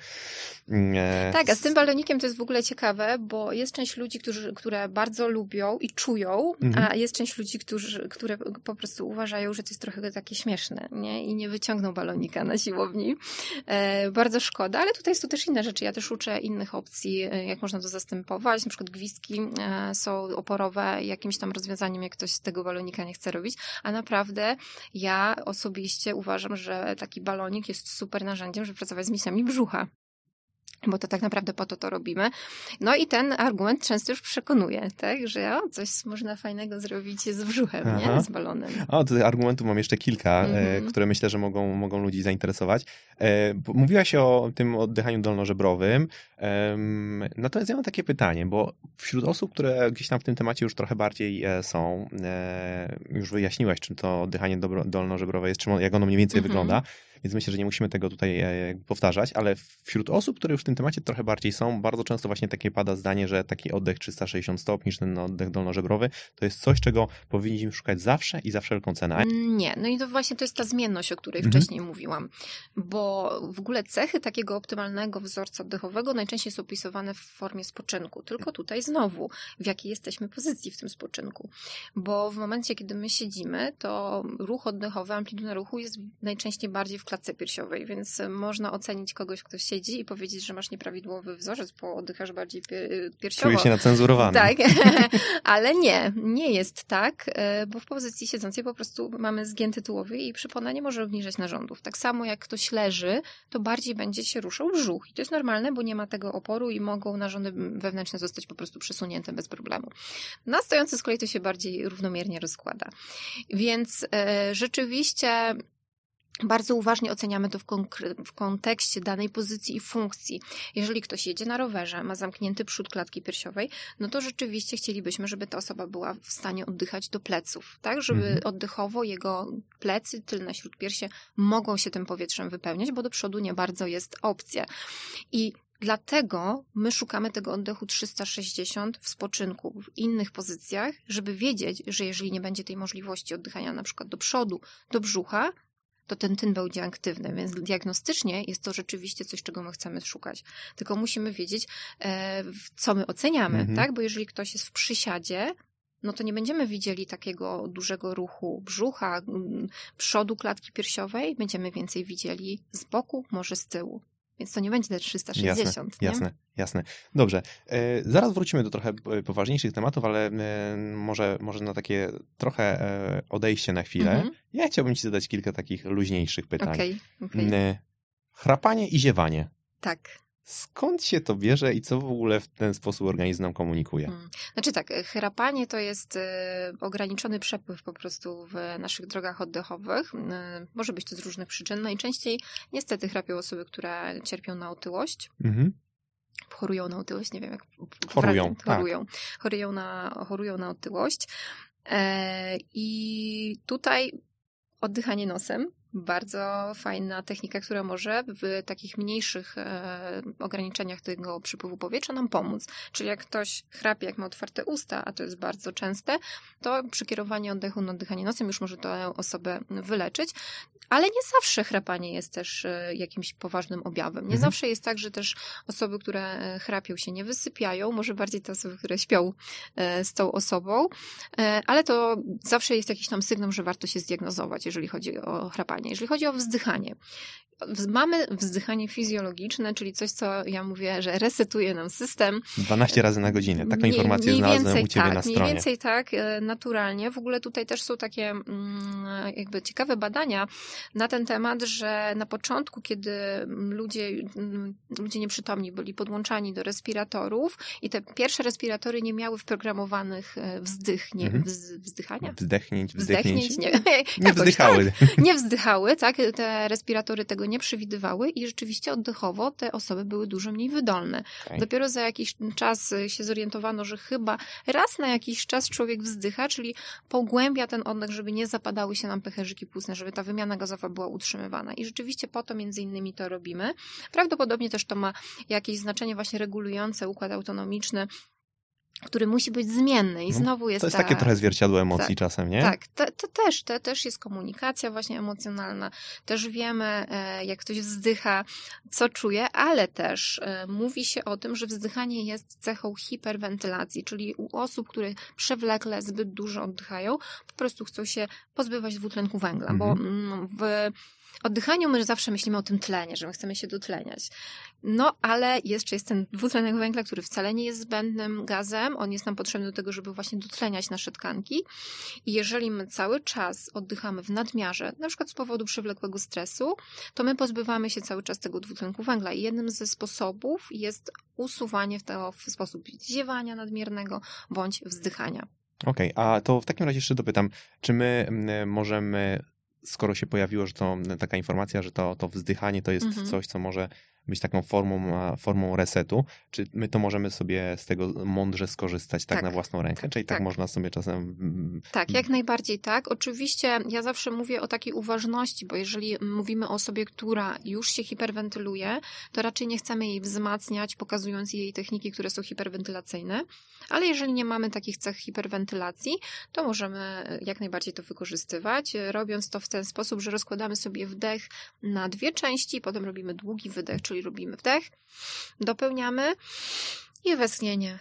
E, tak, a z tym balonikiem to jest w ogóle ciekawe, bo jest część ludzi, którzy, które bardzo lubią i czują, mhm. a jest część ludzi, którzy, które po prostu uważają, że to jest trochę takie śmieszne, nie? I nie wyciągną balonika na siłowni. E, bardzo szkoda, ale tutaj są też inne rzeczy. Ja też uczę innych opcji, jak można to zastępować. Na przykład gwizdki są oporowe jakimś tam rozwiązaniem, jak ktoś z tego balonika nie chce robić, a naprawdę ja osobiście uważam, że taki balonik jest super narzędziem, żeby pracować z mięśniami brzucha. Bo to tak naprawdę po to to robimy. No i ten argument często już przekonuje, tak, że o, coś można fajnego zrobić z brzuchem, Aha. nie? Z balonem. O, tych argumentów mam jeszcze kilka, mm-hmm. e, które myślę, że mogą, mogą ludzi zainteresować. E, mówiłaś o tym oddychaniu dolnożebrowym, e, natomiast ja mam takie pytanie, bo wśród osób, które gdzieś tam w tym temacie już trochę bardziej e, są, e, już wyjaśniłaś, czym to oddychanie dobro, dolnożebrowe jest, czym, jak ono mniej więcej mm-hmm. wygląda. Więc myślę, że nie musimy tego tutaj powtarzać, ale wśród osób, które już w tym temacie trochę bardziej są, bardzo często właśnie takie pada zdanie, że taki oddech trzysta sześćdziesiąt stopni, czy ten oddech dolnożebrowy, to jest coś, czego powinniśmy szukać zawsze i za wszelką cenę. Nie, no i to właśnie to jest ta zmienność, o której mhm. wcześniej mówiłam, bo w ogóle cechy takiego optymalnego wzorca oddechowego najczęściej są opisywane w formie spoczynku, tylko tutaj znowu, w jakiej jesteśmy pozycji w tym spoczynku, bo w momencie, kiedy my siedzimy, to ruch oddechowy, amplituda ruchu jest najczęściej bardziej w klatce piersiowej, więc można ocenić kogoś, kto siedzi i powiedzieć, że masz nieprawidłowy wzorzec, bo oddychasz bardziej piersiowo. Czuję się nacenzurowany. Tak, ale nie, nie jest tak, bo w pozycji siedzącej po prostu mamy zgięty tułowy i przypona nie może obniżać narządów. Tak samo jak ktoś leży, to bardziej będzie się ruszał brzuch i to jest normalne, bo nie ma tego oporu i mogą narządy wewnętrzne zostać po prostu przesunięte bez problemu. Na stojący z kolei to się bardziej równomiernie rozkłada. Więc e, rzeczywiście bardzo uważnie oceniamy to w, konkre- w kontekście danej pozycji i funkcji. Jeżeli ktoś jedzie na rowerze, ma zamknięty przód klatki piersiowej, no to rzeczywiście chcielibyśmy, żeby ta osoba była w stanie oddychać do pleców, tak? Żeby mhm. oddechowo jego plecy, tylne śródpiersie mogą się tym powietrzem wypełniać, bo do przodu nie bardzo jest opcja. I dlatego my szukamy tego oddechu trzysta sześćdziesiąt w spoczynku, w innych pozycjach, żeby wiedzieć, że jeżeli nie będzie tej możliwości oddychania na przykład do przodu, do brzucha, to ten tyn będzie aktywny, więc diagnostycznie jest to rzeczywiście coś, czego my chcemy szukać. Tylko musimy wiedzieć, e, co my oceniamy, mhm. tak? Bo jeżeli ktoś jest w przysiadzie, no to nie będziemy widzieli takiego dużego ruchu brzucha, m, przodu klatki piersiowej, będziemy więcej widzieli z boku, może z tyłu. Więc to nie będzie te trzysta sześćdziesiąt. Jasne, nie? jasne, jasne. Dobrze. E, zaraz wrócimy do trochę poważniejszych tematów, ale e, może, może na takie trochę e, odejście na chwilę. Mhm. Ja chciałbym ci zadać kilka takich luźniejszych pytań. Okej, okay, okay. E, chrapanie i ziewanie. Tak. Skąd się to bierze i co w ogóle w ten sposób organizm nam komunikuje? Hmm. Znaczy tak, chrapanie to jest y, ograniczony przepływ po prostu w naszych drogach oddechowych. Y, może być to z różnych przyczyn. Najczęściej niestety chrapią osoby, które cierpią na otyłość. Mhm. Chorują na otyłość, nie wiem jak... Chorują, tak. Chorują, chorują, na, chorują na otyłość. E, I tutaj oddychanie nosem. Bardzo fajna technika, która może w takich mniejszych e, ograniczeniach tego przepływu powietrza nam pomóc. Czyli jak ktoś chrapie, jak ma otwarte usta, a to jest bardzo częste, to przekierowanie oddechu na oddychanie nosem już może tę osobę wyleczyć. Ale nie zawsze chrapanie jest też e, jakimś poważnym objawem. Nie mhm. zawsze jest tak, że też osoby, które chrapią się nie wysypiają, może bardziej te osoby, które śpią e, z tą osobą, e, ale to zawsze jest jakiś tam sygnał, że warto się zdiagnozować, jeżeli chodzi o chrapanie. Jeżeli chodzi o wzdychanie, mamy wzdychanie fizjologiczne, czyli coś, co ja mówię, że resetuje nam system. dwanaście razy na godzinę. Taką mniej, informację mniej znalazłem więcej, u ciebie tak, na stronie. Mniej więcej tak, naturalnie. W ogóle tutaj też są takie jakby ciekawe badania na ten temat, że na początku, kiedy ludzie, ludzie nieprzytomni byli podłączani do respiratorów i te pierwsze respiratory nie miały wprogramowanych wzdych, nie, mhm. wz, wzdychania? Wzdechnięć, wzdechnięć. Wzdechnięć, nie. Nie Jakoś, wzdychały. Tak, nie wzdychały, tak, te respiratory tego nie przewidywały i rzeczywiście oddechowo te osoby były dużo mniej wydolne. Okay. Dopiero za jakiś czas się zorientowano, że chyba raz na jakiś czas człowiek wzdycha, czyli pogłębia ten oddech, żeby nie zapadały się nam pęcherzyki płucne, żeby ta wymiana gazowa była utrzymywana. I rzeczywiście po to między innymi to robimy. Prawdopodobnie też to ma jakieś znaczenie właśnie regulujące układ autonomiczny, który musi być zmienny i znowu jest To jest ta... takie trochę zwierciadło emocji tak, czasem, nie? Tak, to, to, też, to też jest komunikacja właśnie emocjonalna. Też wiemy, jak ktoś wzdycha, co czuje, ale też mówi się o tym, że wzdychanie jest cechą hiperwentylacji, czyli u osób, które przewlekle zbyt dużo oddychają, po prostu chcą się pozbywać dwutlenku węgla, mhm. bo w oddychaniu my zawsze myślimy o tym tlenie, że my chcemy się dotleniać. No, ale jeszcze jest ten dwutlenek węgla, który wcale nie jest zbędnym gazem. On jest nam potrzebny do tego, żeby właśnie dotleniać nasze tkanki. I jeżeli my cały czas oddychamy w nadmiarze, na przykład z powodu przewlekłego stresu, to my pozbywamy się cały czas tego dwutlenku węgla. I jednym ze sposobów jest usuwanie w, to, w sposób ziewania nadmiernego bądź wzdychania. Okej, okay, a to w takim razie jeszcze dopytam, czy my możemy... Skoro się pojawiło, że to taka informacja, że to, to wzdychanie to jest mhm. coś, co może być taką formą, formą resetu, czy my to możemy sobie z tego mądrze skorzystać tak, tak na własną rękę? Czyli tak, tak można sobie czasem... Tak, jak najbardziej tak. Oczywiście ja zawsze mówię o takiej uważności, bo jeżeli mówimy o osobie, która już się hiperwentyluje, to raczej nie chcemy jej wzmacniać, pokazując jej techniki, które są hiperwentylacyjne, ale jeżeli nie mamy takich cech hiperwentylacji, to możemy jak najbardziej to wykorzystywać, robiąc to w ten sposób, że rozkładamy sobie wdech na dwie części, potem robimy długi wydech, czyli robimy wdech, dopełniamy i westchnienie.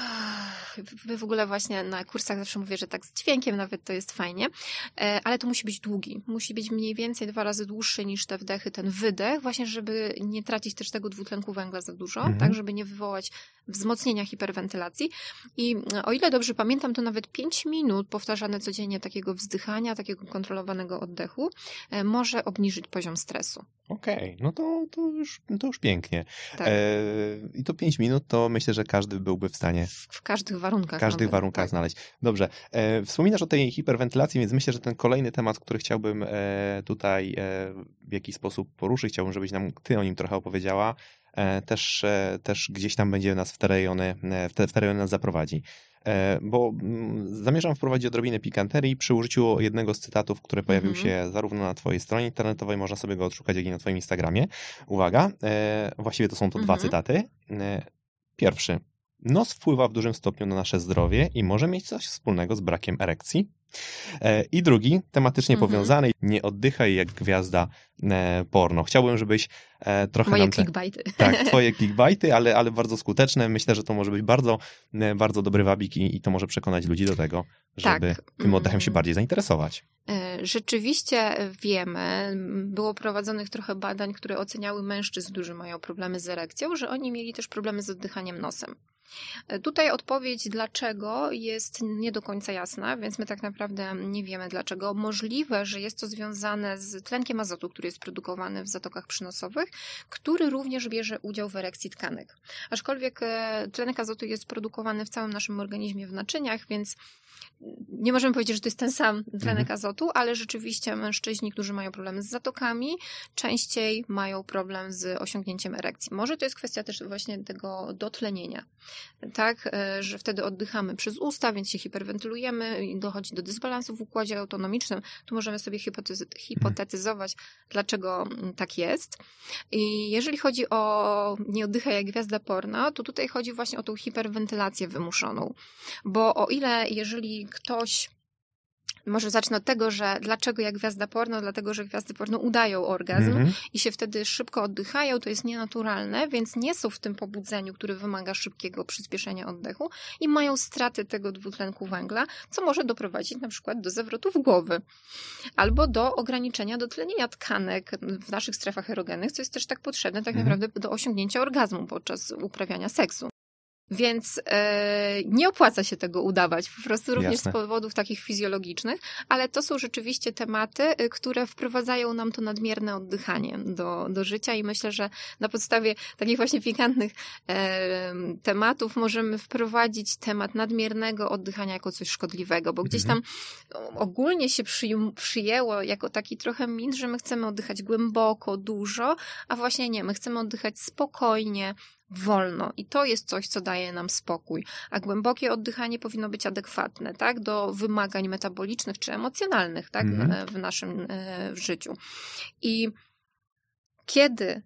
W ogóle właśnie na kursach zawsze mówię, że tak z dźwiękiem nawet to jest fajnie, ale to musi być długi. Musi być mniej więcej dwa razy dłuższy niż te wdechy, ten wydech, właśnie żeby nie tracić też tego dwutlenku węgla za dużo, mhm. tak, żeby nie wywołać wzmocnienia hiperwentylacji. I o ile dobrze pamiętam, to nawet pięć minut powtarzane codziennie takiego wzdychania, takiego kontrolowanego oddechu może obniżyć poziom stresu. Okej, okay, no to, to, już, to już pięknie. Tak. E, I to pięć minut to myślę, że każdy byłby w stanie w, w każdych warunkach. W każdych nawet, warunkach tak. znaleźć. Dobrze. E, wspominasz o tej hiperwentylacji, więc myślę, że ten kolejny temat, który chciałbym e, tutaj e, w jakiś sposób poruszyć, chciałbym, żebyś nam ty o nim trochę opowiedziała, e, też, e, też gdzieś tam będzie nas w te rejony, w te, w te rejony nas zaprowadzi. Bo zamierzam wprowadzić odrobinę pikanterii przy użyciu jednego z cytatów, który pojawił mm-hmm. się zarówno na twojej stronie internetowej, można sobie go odszukać, jak i na twoim Instagramie. Uwaga, właściwie to są to mm-hmm. dwa cytaty. Pierwszy. Nos wpływa w dużym stopniu na nasze zdrowie i może mieć coś wspólnego z brakiem erekcji. I drugi, tematycznie mm-hmm. powiązany, nie oddychaj jak gwiazda porno. Chciałbym, żebyś trochę... Moje nam te, clickbaity. Tak, twoje clickbaity, ale, ale bardzo skuteczne. Myślę, że to może być bardzo, bardzo dobry wabik i, i to może przekonać ludzi do tego, żeby tak. tym oddechem się bardziej zainteresować. Rzeczywiście wiemy, było prowadzonych trochę badań, które oceniały mężczyzn, którzy mają problemy z erekcją, że oni mieli też problemy z oddychaniem nosem. Tutaj odpowiedź dlaczego jest nie do końca jasna, więc my tak naprawdę nie wiemy dlaczego. Możliwe, że jest to związane z tlenkiem azotu, który jest produkowany w zatokach przynosowych, który również bierze udział w erekcji tkanek. Aczkolwiek tlenek azotu jest produkowany w całym naszym organizmie w naczyniach, więc nie możemy powiedzieć, że to jest ten sam tlenek mhm. azotu, ale rzeczywiście mężczyźni, którzy mają problemy z zatokami, częściej mają problem z osiągnięciem erekcji. Może to jest kwestia też właśnie tego dotlenienia, tak, że wtedy oddychamy przez usta, więc się hiperwentylujemy i dochodzi do dysbalansu w układzie autonomicznym. Tu możemy sobie hipotezy- hipotetyzować, dlaczego tak jest. I jeżeli chodzi o nie oddychaj jak gwiazda porno, to tutaj chodzi właśnie o tą hiperwentylację wymuszoną. Bo o ile jeżeli ktoś, może zacznę od tego, że dlaczego jak gwiazda porno? Dlatego, że gwiazdy porno udają orgazm mm-hmm. i się wtedy szybko oddychają, to jest nienaturalne, więc nie są w tym pobudzeniu, które wymaga szybkiego przyspieszenia oddechu i mają straty tego dwutlenku węgla, co może doprowadzić na przykład do zawrotów głowy albo do ograniczenia dotlenienia tkanek w naszych strefach erogennych, co jest też tak potrzebne tak mm-hmm. naprawdę do osiągnięcia orgazmu podczas uprawiania seksu. Więc e, nie opłaca się tego udawać, po prostu również Jasne. Z powodów takich fizjologicznych, ale to są rzeczywiście tematy, które wprowadzają nam to nadmierne oddychanie do, do życia i myślę, że na podstawie takich właśnie pikantnych e, tematów możemy wprowadzić temat nadmiernego oddychania jako coś szkodliwego, bo gdzieś tam ogólnie się przyj- przyjęło jako taki trochę mit, że my chcemy oddychać głęboko, dużo, a właśnie nie, my chcemy oddychać spokojnie, wolno i to jest coś, co daje nam spokój, a głębokie oddychanie powinno być adekwatne, tak, do wymagań metabolicznych czy emocjonalnych, tak, mm-hmm. w naszym w życiu. I kiedy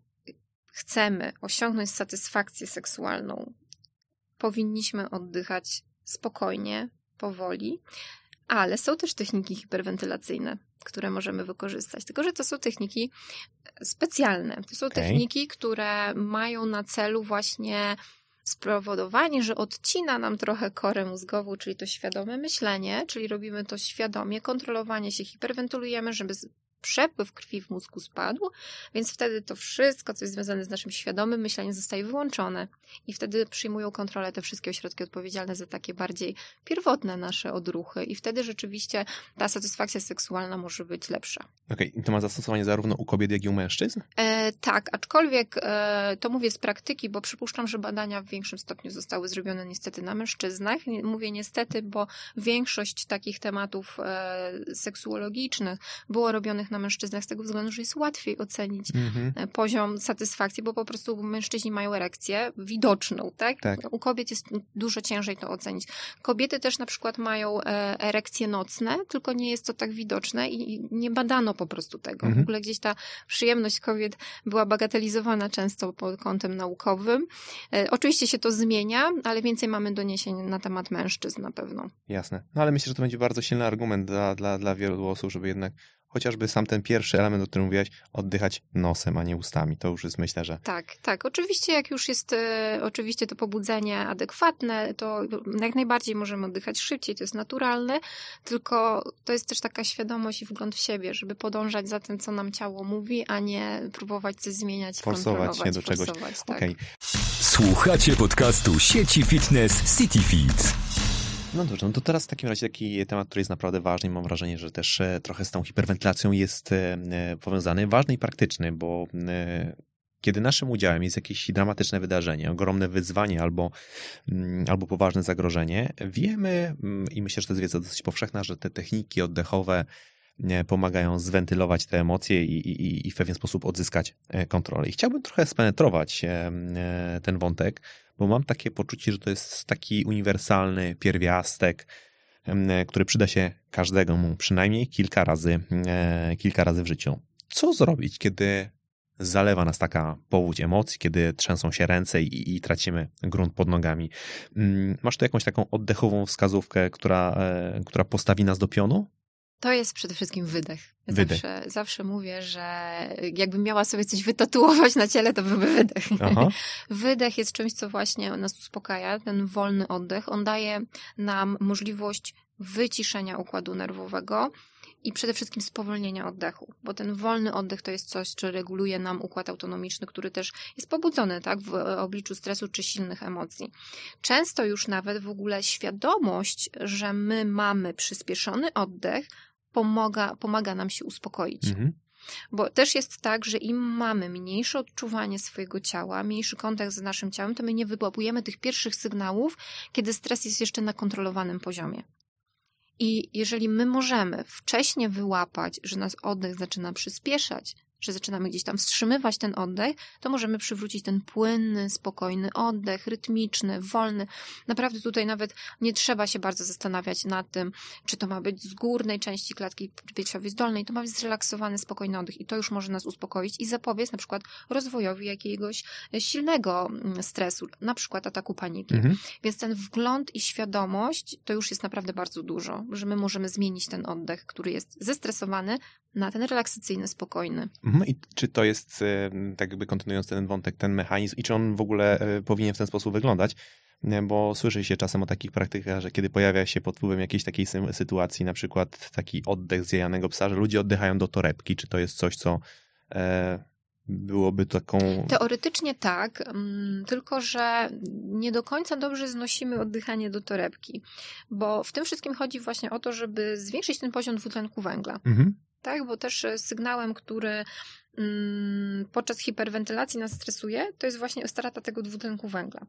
chcemy osiągnąć satysfakcję seksualną, powinniśmy oddychać spokojnie, powoli, ale są też techniki hiperwentylacyjne, które możemy wykorzystać. Tylko że to są techniki specjalne. To są okay. techniki, które mają na celu właśnie spowodowanie, że odcina nam trochę korę mózgową, czyli to świadome myślenie, czyli robimy to świadomie, kontrolowanie się, hiperwentylujemy, żeby przepływ krwi w mózgu spadł, więc wtedy to wszystko, co jest związane z naszym świadomym myśleniem, zostaje wyłączone i wtedy przyjmują kontrolę te wszystkie ośrodki odpowiedzialne za takie bardziej pierwotne nasze odruchy i wtedy rzeczywiście ta satysfakcja seksualna może być lepsza. Okej, okay. I to ma zastosowanie zarówno u kobiet, jak i u mężczyzn? E, tak, aczkolwiek e, to mówię z praktyki, bo przypuszczam, że badania w większym stopniu zostały zrobione niestety na mężczyznach. Mówię niestety, bo większość takich tematów e, seksuologicznych było robionych na mężczyznach z tego względu, że jest łatwiej ocenić mm-hmm. poziom satysfakcji, bo po prostu mężczyźni mają erekcję widoczną, tak? tak? U kobiet jest dużo ciężej to ocenić. Kobiety też na przykład mają erekcje nocne, tylko nie jest to tak widoczne i nie badano po prostu tego. Mm-hmm. W ogóle gdzieś ta przyjemność kobiet była bagatelizowana często pod kątem naukowym. E, oczywiście się to zmienia, ale więcej mamy doniesień na temat mężczyzn na pewno. Jasne. No ale myślę, że to będzie bardzo silny argument dla, dla, dla wielu osób, żeby jednak chociażby sam ten pierwszy element, o którym mówiłaś, oddychać nosem, a nie ustami. To już jest, myślę, że... Tak, tak. Oczywiście jak już jest e, oczywiście to pobudzenie adekwatne, to jak najbardziej możemy oddychać szybciej, to jest naturalne, tylko to jest też taka świadomość i wgląd w siebie, żeby podążać za tym, co nam ciało mówi, a nie próbować coś zmieniać, forsować się do czegoś. Tak. Okay. Słuchacie podcastu sieci fitness CityFit. No dobrze, no to teraz w takim razie taki temat, który jest naprawdę ważny i mam wrażenie, że też trochę z tą hiperwentylacją jest powiązany, ważny i praktyczny, bo kiedy naszym udziałem jest jakieś dramatyczne wydarzenie, ogromne wyzwanie albo, albo poważne zagrożenie, wiemy i myślę, że to jest wiedza dosyć powszechna, że te techniki oddechowe pomagają zwentylować te emocje i, i, i w pewien sposób odzyskać kontrolę. I chciałbym trochę spenetrować ten wątek, bo mam takie poczucie, że to jest taki uniwersalny pierwiastek, który przyda się każdemu przynajmniej kilka razy, kilka razy w życiu. Co zrobić, kiedy zalewa nas taka powódź emocji, kiedy trzęsą się ręce i, i tracimy grunt pod nogami? Masz tu jakąś taką oddechową wskazówkę, która, która postawi nas do pionu? To jest przede wszystkim wydech. Wydech. Zawsze, zawsze mówię, że jakbym miała sobie coś wytatuować na ciele, to byłby wydech. Aha. Wydech jest czymś, co właśnie nas uspokaja, ten wolny oddech. On daje nam możliwość wyciszenia układu nerwowego i przede wszystkim spowolnienia oddechu, bo ten wolny oddech to jest coś, co reguluje nam układ autonomiczny, który też jest pobudzony, tak, w obliczu stresu czy silnych emocji. Często już nawet w ogóle świadomość, że my mamy przyspieszony oddech, pomaga, pomaga nam się uspokoić. Mhm. Bo też jest tak, że im mamy mniejsze odczuwanie swojego ciała, mniejszy kontakt z naszym ciałem, to my nie wyłapujemy tych pierwszych sygnałów, kiedy stres jest jeszcze na kontrolowanym poziomie. I jeżeli my możemy wcześniej wyłapać, że nas oddech zaczyna przyspieszać, że zaczynamy gdzieś tam wstrzymywać ten oddech, to możemy przywrócić ten płynny, spokojny oddech, rytmiczny, wolny. Naprawdę tutaj nawet nie trzeba się bardzo zastanawiać nad tym, czy to ma być z górnej części klatki piersiowej, z dolnej. To ma być zrelaksowany, spokojny oddech i to już może nas uspokoić i zapobiec na przykład rozwojowi jakiegoś silnego stresu, na przykład ataku paniki. Mhm. Więc ten wgląd i świadomość to już jest naprawdę bardzo dużo, że my możemy zmienić ten oddech, który jest zestresowany, na ten relaksacyjny, spokojny. I czy to jest, tak jakby kontynuując ten wątek, ten mechanizm i czy on w ogóle powinien w ten sposób wyglądać? Bo słyszy się czasem o takich praktykach, że kiedy pojawia się pod wpływem jakiejś takiej sytuacji, na przykład taki oddech zjajanego psa, że ludzie oddychają do torebki, czy to jest coś, co e, byłoby taką... Teoretycznie tak, tylko że nie do końca dobrze znosimy oddychanie do torebki, bo w tym wszystkim chodzi właśnie o to, żeby zwiększyć ten poziom dwutlenku węgla. Mhm. Tak, bo też sygnałem, który mm, podczas hiperwentylacji nas stresuje, to jest właśnie strata tego dwutlenku węgla.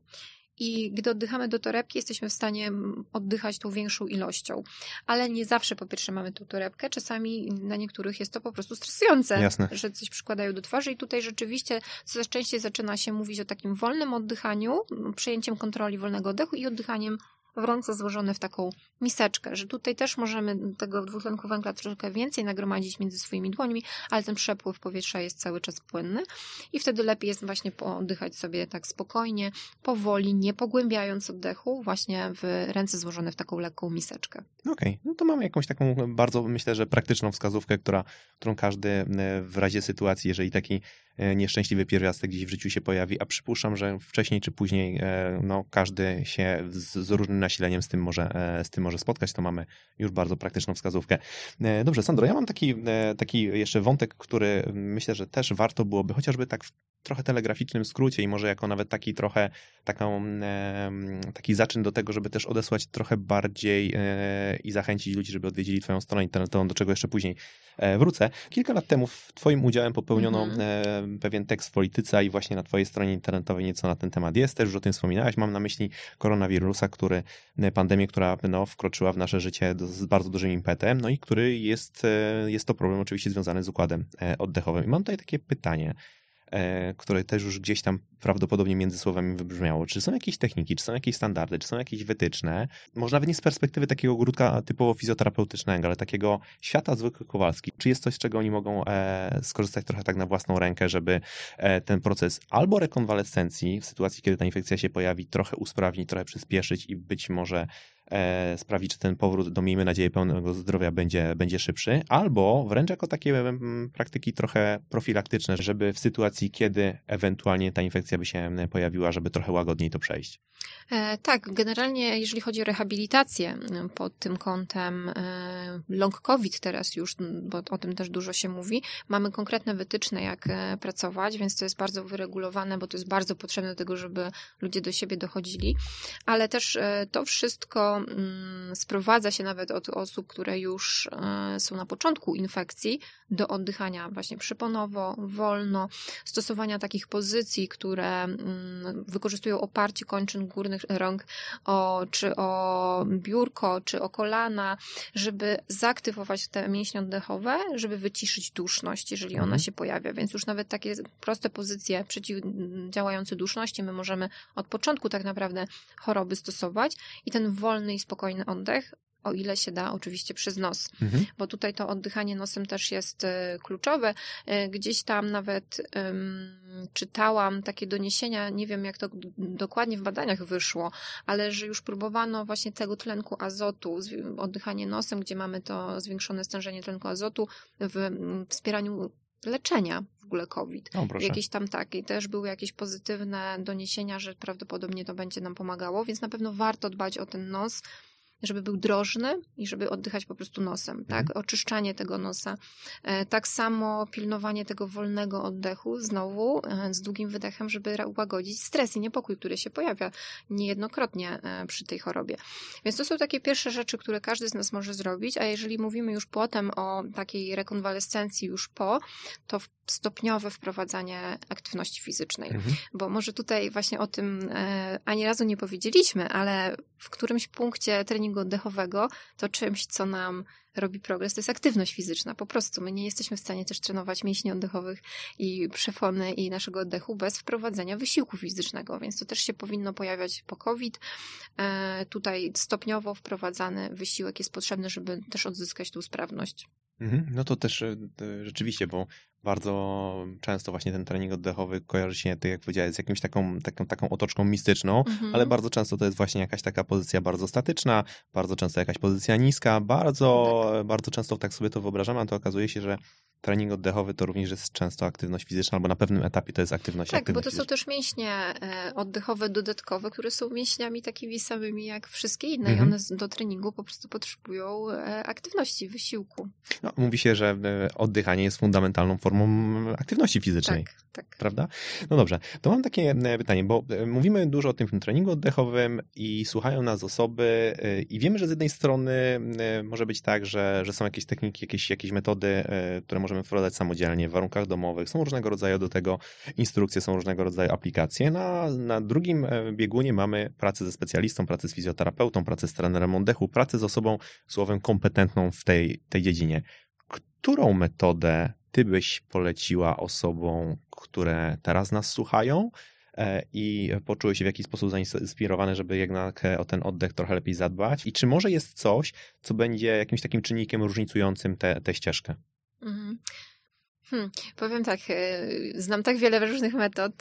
I gdy oddychamy do torebki, jesteśmy w stanie oddychać tą większą ilością. Ale nie zawsze po pierwsze mamy tą torebkę, czasami dla niektórych jest to po prostu stresujące, Jasne. Że coś przykładają do twarzy i tutaj rzeczywiście coraz częściej zaczyna się mówić o takim wolnym oddychaniu, przejęciem kontroli wolnego oddechu i oddychaniem w ręce złożone w taką miseczkę, że tutaj też możemy tego dwutlenku węgla troszkę więcej nagromadzić między swoimi dłońmi, ale ten przepływ powietrza jest cały czas płynny i wtedy lepiej jest właśnie oddychać sobie tak spokojnie, powoli, nie pogłębiając oddechu, właśnie w ręce złożone w taką lekką miseczkę. Okej, okay. No to mamy jakąś taką bardzo, myślę, że praktyczną wskazówkę, która, którą każdy w razie sytuacji, jeżeli taki nieszczęśliwy pierwiastek gdzieś w życiu się pojawi, a przypuszczam, że wcześniej czy później no, każdy się z, z różnym nasileniem z tym, może, z tym może spotkać, to mamy już bardzo praktyczną wskazówkę. Dobrze, Sandro, ja mam taki, taki jeszcze wątek, który myślę, że też warto byłoby chociażby tak w trochę telegraficznym skrócie i może jako nawet taki trochę taką, taki zaczyn do tego, żeby też odesłać trochę bardziej i zachęcić ludzi, żeby odwiedzili twoją stronę internetową, do czego jeszcze później wrócę. Kilka lat temu twoim udziałem popełniono mm-hmm. pewien tekst w Polityce i właśnie na twojej stronie internetowej nieco na ten temat jest, też już o tym wspominałaś. Mam na myśli koronawirusa, który, pandemię, która no, wkroczyła w nasze życie z bardzo dużym impetem, no i który jest, jest to problem oczywiście związany z układem oddechowym. I mam tutaj takie pytanie, które też już gdzieś tam prawdopodobnie między słowami wybrzmiało. Czy są jakieś techniki, czy są jakieś standardy, czy są jakieś wytyczne? Może nawet nie z perspektywy takiego ogródka typowo fizjoterapeutycznego, ale takiego świata zwykłych Kowalskich. Czy jest coś, z czego oni mogą e, skorzystać trochę tak na własną rękę, żeby e, ten proces albo rekonwalescencji w sytuacji, kiedy ta infekcja się pojawi, trochę usprawnić, trochę przyspieszyć i być może e, sprawić, że ten powrót do, miejmy nadzieję, pełnego zdrowia będzie, będzie szybszy, albo wręcz jako takie m, praktyki trochę profilaktyczne, żeby w sytuacji, kiedy ewentualnie ta infekcja by się pojawiła, żeby trochę łagodniej to przejść. E, tak, generalnie jeżeli chodzi o rehabilitację pod tym kątem e, long COVID teraz już, bo o tym też dużo się mówi, mamy konkretne wytyczne, jak e, pracować, więc to jest bardzo wyregulowane, bo to jest bardzo potrzebne do tego, żeby ludzie do siebie dochodzili, ale też e, to wszystko mm, sprowadza się nawet od osób, które już e, są na początku infekcji, do oddychania właśnie przyponowo, wolno, stosowania takich pozycji, które mm, wykorzystują oparcie kończyn górnych rąk, o, czy o biurko, czy o kolana, żeby zaaktywować te mięśnie oddechowe, żeby wyciszyć duszność, jeżeli ona mhm. się pojawia. Więc już nawet takie proste pozycje przeciwdziałające duszności my możemy od początku tak naprawdę choroby stosować i ten wolny i spokojny oddech, o ile się da, oczywiście przez nos. Mhm. Bo tutaj to oddychanie nosem też jest y, kluczowe. Y, gdzieś tam nawet y, czytałam takie doniesienia, nie wiem jak to d- dokładnie w badaniach wyszło, ale że już próbowano właśnie tego tlenku azotu, z, oddychanie nosem, gdzie mamy to zwiększone stężenie tlenku azotu w y, wspieraniu leczenia w ogóle COVID. O, proszę. Jakieś tam tak, i też były jakieś pozytywne doniesienia, że prawdopodobnie to będzie nam pomagało, więc na pewno warto dbać o ten nos, żeby był drożny i żeby oddychać po prostu nosem, tak? Mhm. Oczyszczanie tego nosa. Tak samo pilnowanie tego wolnego oddechu, znowu z długim wydechem, żeby łagodzić stres i niepokój, który się pojawia niejednokrotnie przy tej chorobie. Więc to są takie pierwsze rzeczy, które każdy z nas może zrobić, a jeżeli mówimy już potem o takiej rekonwalescencji już po, to stopniowe wprowadzanie aktywności fizycznej. Mhm. Bo może tutaj właśnie o tym e, ani razu nie powiedzieliśmy, ale w którymś punkcie treningu oddechowego to czymś, co nam robi progres, to jest aktywność fizyczna. Po prostu my nie jesteśmy w stanie też trenować mięśni oddechowych i przepony i naszego oddechu bez wprowadzenia wysiłku fizycznego, więc to też się powinno pojawiać po COVID. E, tutaj stopniowo wprowadzany wysiłek jest potrzebny, żeby też odzyskać tą sprawność. Mhm. No to też rzeczywiście, bo bardzo często właśnie ten trening oddechowy kojarzy się, tak jak powiedziałeś, z jakimś taką, taką, taką otoczką mistyczną, mhm. ale bardzo często to jest właśnie jakaś taka pozycja bardzo statyczna, bardzo często jakaś pozycja niska, bardzo, tak. bardzo często tak sobie to wyobrażamy, a to okazuje się, że trening oddechowy to również jest często aktywność fizyczna, albo na pewnym etapie to jest aktywność Tak, aktywność bo to fizyczna. są też mięśnie oddechowe dodatkowe, które są mięśniami takimi samymi jak wszystkie inne mhm. i one do treningu po prostu potrzebują aktywności, wysiłku. No, mówi się, że oddychanie jest fundamentalną formą aktywności fizycznej. Tak, tak. Prawda? No dobrze, to mam takie pytanie, bo mówimy dużo o tym treningu oddechowym i słuchają nas osoby i wiemy, że z jednej strony może być tak, że, że są jakieś techniki, jakieś, jakieś metody, które możemy wprowadzać samodzielnie w warunkach domowych. Są różnego rodzaju do tego instrukcje, są różnego rodzaju aplikacje. Na, na drugim biegunie mamy pracę ze specjalistą, pracę z fizjoterapeutą, pracę z trenerem oddechu, pracę z osobą, słowem, kompetentną w tej, tej dziedzinie. Którą metodę ty byś poleciła osobom, które teraz nas słuchają i poczuły się w jakiś sposób zainspirowane, żeby jednak o ten oddech trochę lepiej zadbać? I czy może jest coś, co będzie jakimś takim czynnikiem różnicującym tę ścieżkę? Mhm. Hmm, powiem tak, znam tak wiele różnych metod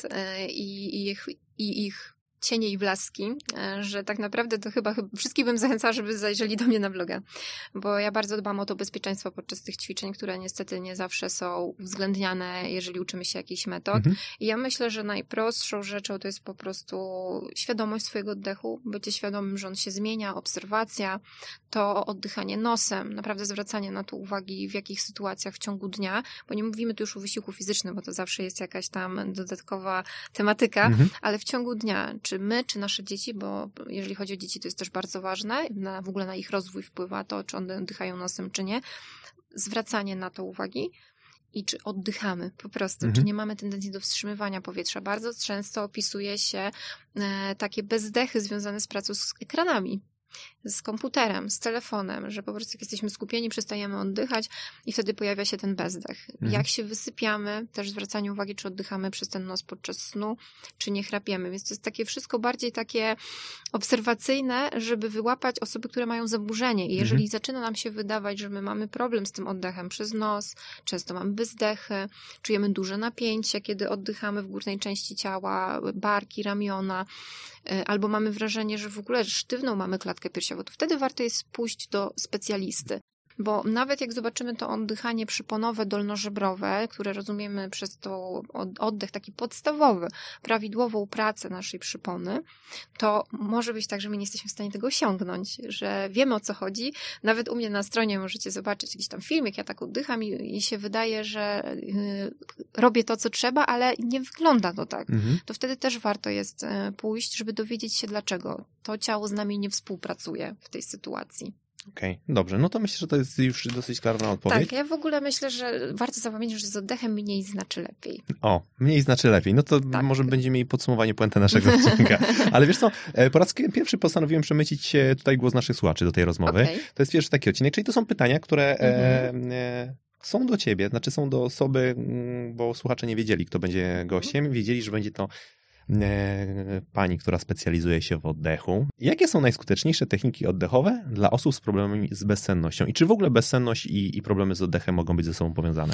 i, i, ich, i ich cienie i blaski, że tak naprawdę to chyba wszystkich bym zachęcała, żeby zajrzeli do mnie na bloga, bo ja bardzo dbam o to bezpieczeństwo podczas tych ćwiczeń, które niestety nie zawsze są uwzględniane, jeżeli uczymy się jakichś metod. Mhm. I ja myślę, że najprostszą rzeczą to jest po prostu świadomość swojego oddechu, bycie świadomym, że on się zmienia, obserwacja, to oddychanie nosem, naprawdę zwracanie na to uwagi, w jakich sytuacjach w ciągu dnia, bo nie mówimy tu już o wysiłku fizycznym, bo to zawsze jest jakaś tam dodatkowa tematyka, mhm. ale w ciągu dnia, czy my, czy nasze dzieci, bo jeżeli chodzi o dzieci, to jest też bardzo ważne, na, w ogóle na ich rozwój wpływa to, czy one oddychają nosem, czy nie, zwracanie na to uwagi i czy oddychamy po prostu, mhm. czy nie mamy tendencji do wstrzymywania powietrza. Bardzo często opisuje się e, takie bezdechy związane z pracą z ekranami, z komputerem, z telefonem, że po prostu jak jesteśmy skupieni, przestajemy oddychać i wtedy pojawia się ten bezdech. Mhm. Jak się wysypiamy, też zwracanie uwagi, czy oddychamy przez ten nos podczas snu, czy nie chrapiemy. Więc to jest takie wszystko bardziej takie obserwacyjne, żeby wyłapać osoby, które mają zaburzenie. I jeżeli mhm. zaczyna nam się wydawać, że my mamy problem z tym oddechem przez nos, często mamy bezdechy, czujemy duże napięcie, kiedy oddychamy w górnej części ciała, barki, ramiona, albo mamy wrażenie, że w ogóle sztywną mamy klatkę piersiową, to wtedy warto jest pójść do specjalisty. Bo nawet jak zobaczymy to oddychanie przyponowe, dolnożebrowe, które rozumiemy przez to oddech taki podstawowy, prawidłową pracę naszej przypony, to może być tak, że my nie jesteśmy w stanie tego osiągnąć, że wiemy, o co chodzi. Nawet u mnie na stronie możecie zobaczyć jakiś tam filmik, ja tak oddycham i, i się wydaje, że y, robię to, co trzeba, ale nie wygląda to tak. Mhm. To wtedy też warto jest y, pójść, żeby dowiedzieć się, dlaczego to ciało z nami nie współpracuje w tej sytuacji. Okej, okay, dobrze. No to myślę, że to jest już dosyć klarna odpowiedź. Tak, ja w ogóle myślę, że warto zapamiętać, że z oddechem mniej znaczy lepiej. O, mniej znaczy lepiej. No to tak. Może będziemy mieli podsumowanie puenty naszego odcinka. Ale wiesz co, po raz pierwszy postanowiłem przemycić tutaj głos naszych słuchaczy do tej rozmowy. Okay. To jest pierwszy taki odcinek, czyli to są pytania, które mhm. e, e, są do ciebie, znaczy są do osoby, bo słuchacze nie wiedzieli, kto będzie gościem, wiedzieli, że będzie to pani, która specjalizuje się w oddechu. Jakie są najskuteczniejsze techniki oddechowe dla osób z problemami z bezsennością? I czy w ogóle bezsenność i, i problemy z oddechem mogą być ze sobą powiązane?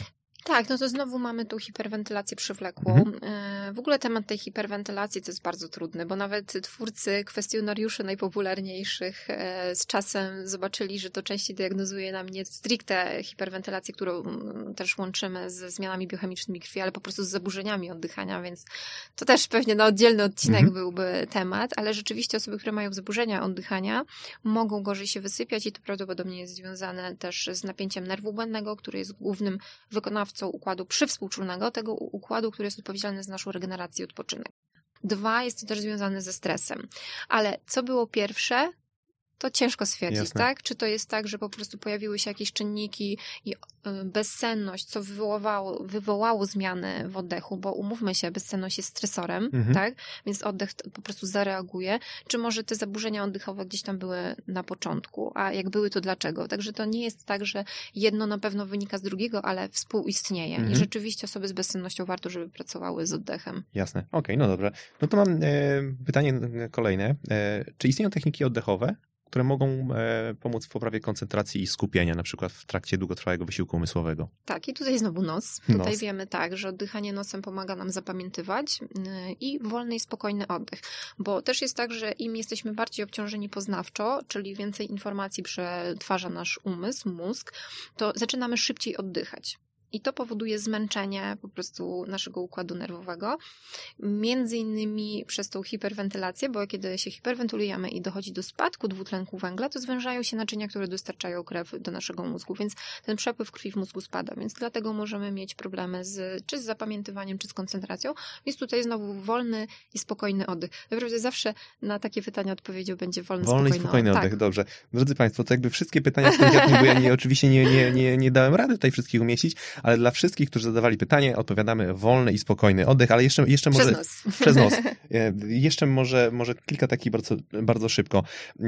tak, no to znowu mamy tą hiperwentylację przywlekłą. Mhm. W ogóle temat tej hiperwentylacji to jest bardzo trudny, bo nawet twórcy kwestionariuszy najpopularniejszych z czasem zobaczyli, że to częściej diagnozuje nam nie stricte hiperwentylację, którą też łączymy ze zmianami biochemicznymi krwi, ale po prostu z zaburzeniami oddychania, więc to też pewnie na oddzielny odcinek mhm. byłby temat, ale rzeczywiście osoby, które mają zaburzenia oddychania, mogą gorzej się wysypiać i to prawdopodobnie jest związane też z napięciem nerwu błędnego, który jest głównym wykonawcą układu przywspółczulnego, tego układu, który jest odpowiedzialny za naszą regenerację i odpoczynek. Dwa, jest to też związane ze stresem. Ale co było pierwsze? To ciężko stwierdzić, Jasne. tak? Czy to jest tak, że po prostu pojawiły się jakieś czynniki i bezsenność, co wywołało, wywołało zmiany w oddechu, bo umówmy się, bezsenność jest stresorem, mhm. tak? Więc oddech po prostu zareaguje. Czy może te zaburzenia oddechowe gdzieś tam były na początku? A jak były, to dlaczego? Także to nie jest tak, że jedno na pewno wynika z drugiego, ale współistnieje. Mhm. I rzeczywiście osoby z bezsennością warto, żeby pracowały z oddechem. Jasne. Okej, okay, no dobrze. No to mam e, pytanie kolejne. E, czy istnieją techniki oddechowe, które mogą e, pomóc w poprawie koncentracji i skupienia, na przykład w trakcie długotrwałego wysiłku umysłowego? Tak, i tutaj znowu nos. Tutaj nos. wiemy tak, że oddychanie nosem pomaga nam zapamiętywać yy, i wolny i spokojny oddech. Bo też jest tak, że im jesteśmy bardziej obciążeni poznawczo, czyli więcej informacji przetwarza nasz umysł, mózg, to zaczynamy szybciej oddychać. I to powoduje zmęczenie po prostu naszego układu nerwowego. Między innymi przez tą hiperwentylację, bo kiedy się hiperwentylujemy i dochodzi do spadku dwutlenku węgla, to zwężają się naczynia, które dostarczają krew do naszego mózgu, więc ten przepływ krwi w mózgu spada, więc dlatego możemy mieć problemy z, czy z zapamiętywaniem, czy z koncentracją. Więc tutaj znowu wolny i spokojny oddech. Naprawdę zawsze na takie pytania odpowiedzią będzie wolny, wolny spokojny, i spokojny oddech. Tak. Dobrze. Drodzy Państwo, to jakby wszystkie pytania, bo ja nie, oczywiście nie, nie, nie, nie dałem rady tutaj wszystkich umieścić, ale dla wszystkich, którzy zadawali pytanie, odpowiadamy wolny i spokojny oddech, ale jeszcze, jeszcze może... Przez nos. Przez nos. Jeszcze może, może kilka takich bardzo, bardzo szybko.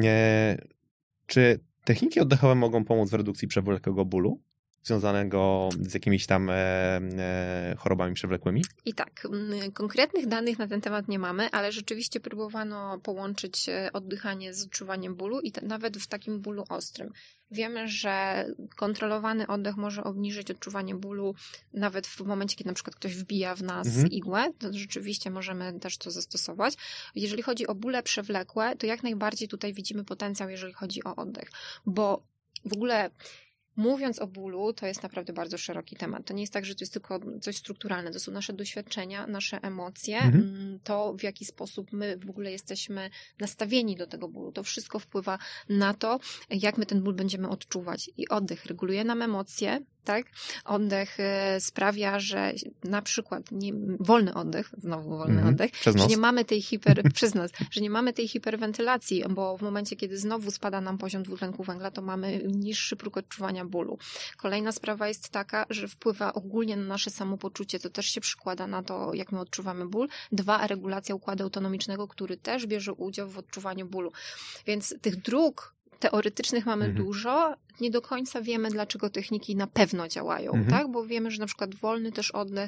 Czy techniki oddechowe mogą pomóc w redukcji przewlekłego bólu związanego z jakimiś tam e, e, chorobami przewlekłymi? I tak, konkretnych danych na ten temat nie mamy, ale rzeczywiście próbowano połączyć oddychanie z odczuwaniem bólu i t- nawet w takim bólu ostrym. Wiemy, że kontrolowany oddech może obniżyć odczuwanie bólu nawet w momencie, kiedy na przykład ktoś wbija w nas mhm. igłę, to rzeczywiście możemy też to zastosować. Jeżeli chodzi o bóle przewlekłe, to jak najbardziej tutaj widzimy potencjał, jeżeli chodzi o oddech, bo w ogóle mówiąc o bólu, to jest naprawdę bardzo szeroki temat. To nie jest tak, że to jest tylko coś strukturalne. To są nasze doświadczenia, nasze emocje, mhm. to w jaki sposób my w ogóle jesteśmy nastawieni do tego bólu. To wszystko wpływa na to, jak my ten ból będziemy odczuwać. I oddech reguluje nam emocje, tak? Oddech sprawia, że na przykład nie, wolny oddech, znowu wolny mm, oddech, że nie mamy tej hiper, przez nos, że nie mamy tej hiperwentylacji, bo w momencie, kiedy znowu spada nam poziom dwutlenku węgla, to mamy niższy próg odczuwania bólu. Kolejna sprawa jest taka, że wpływa ogólnie na nasze samopoczucie, to też się przykłada na to, jak my odczuwamy ból. Dwa, regulacja układu autonomicznego, który też bierze udział w odczuwaniu bólu. Więc tych dróg teoretycznych mamy mhm. dużo, nie do końca wiemy, dlaczego techniki na pewno działają, mhm. tak? Bo wiemy, że na przykład wolny też oddech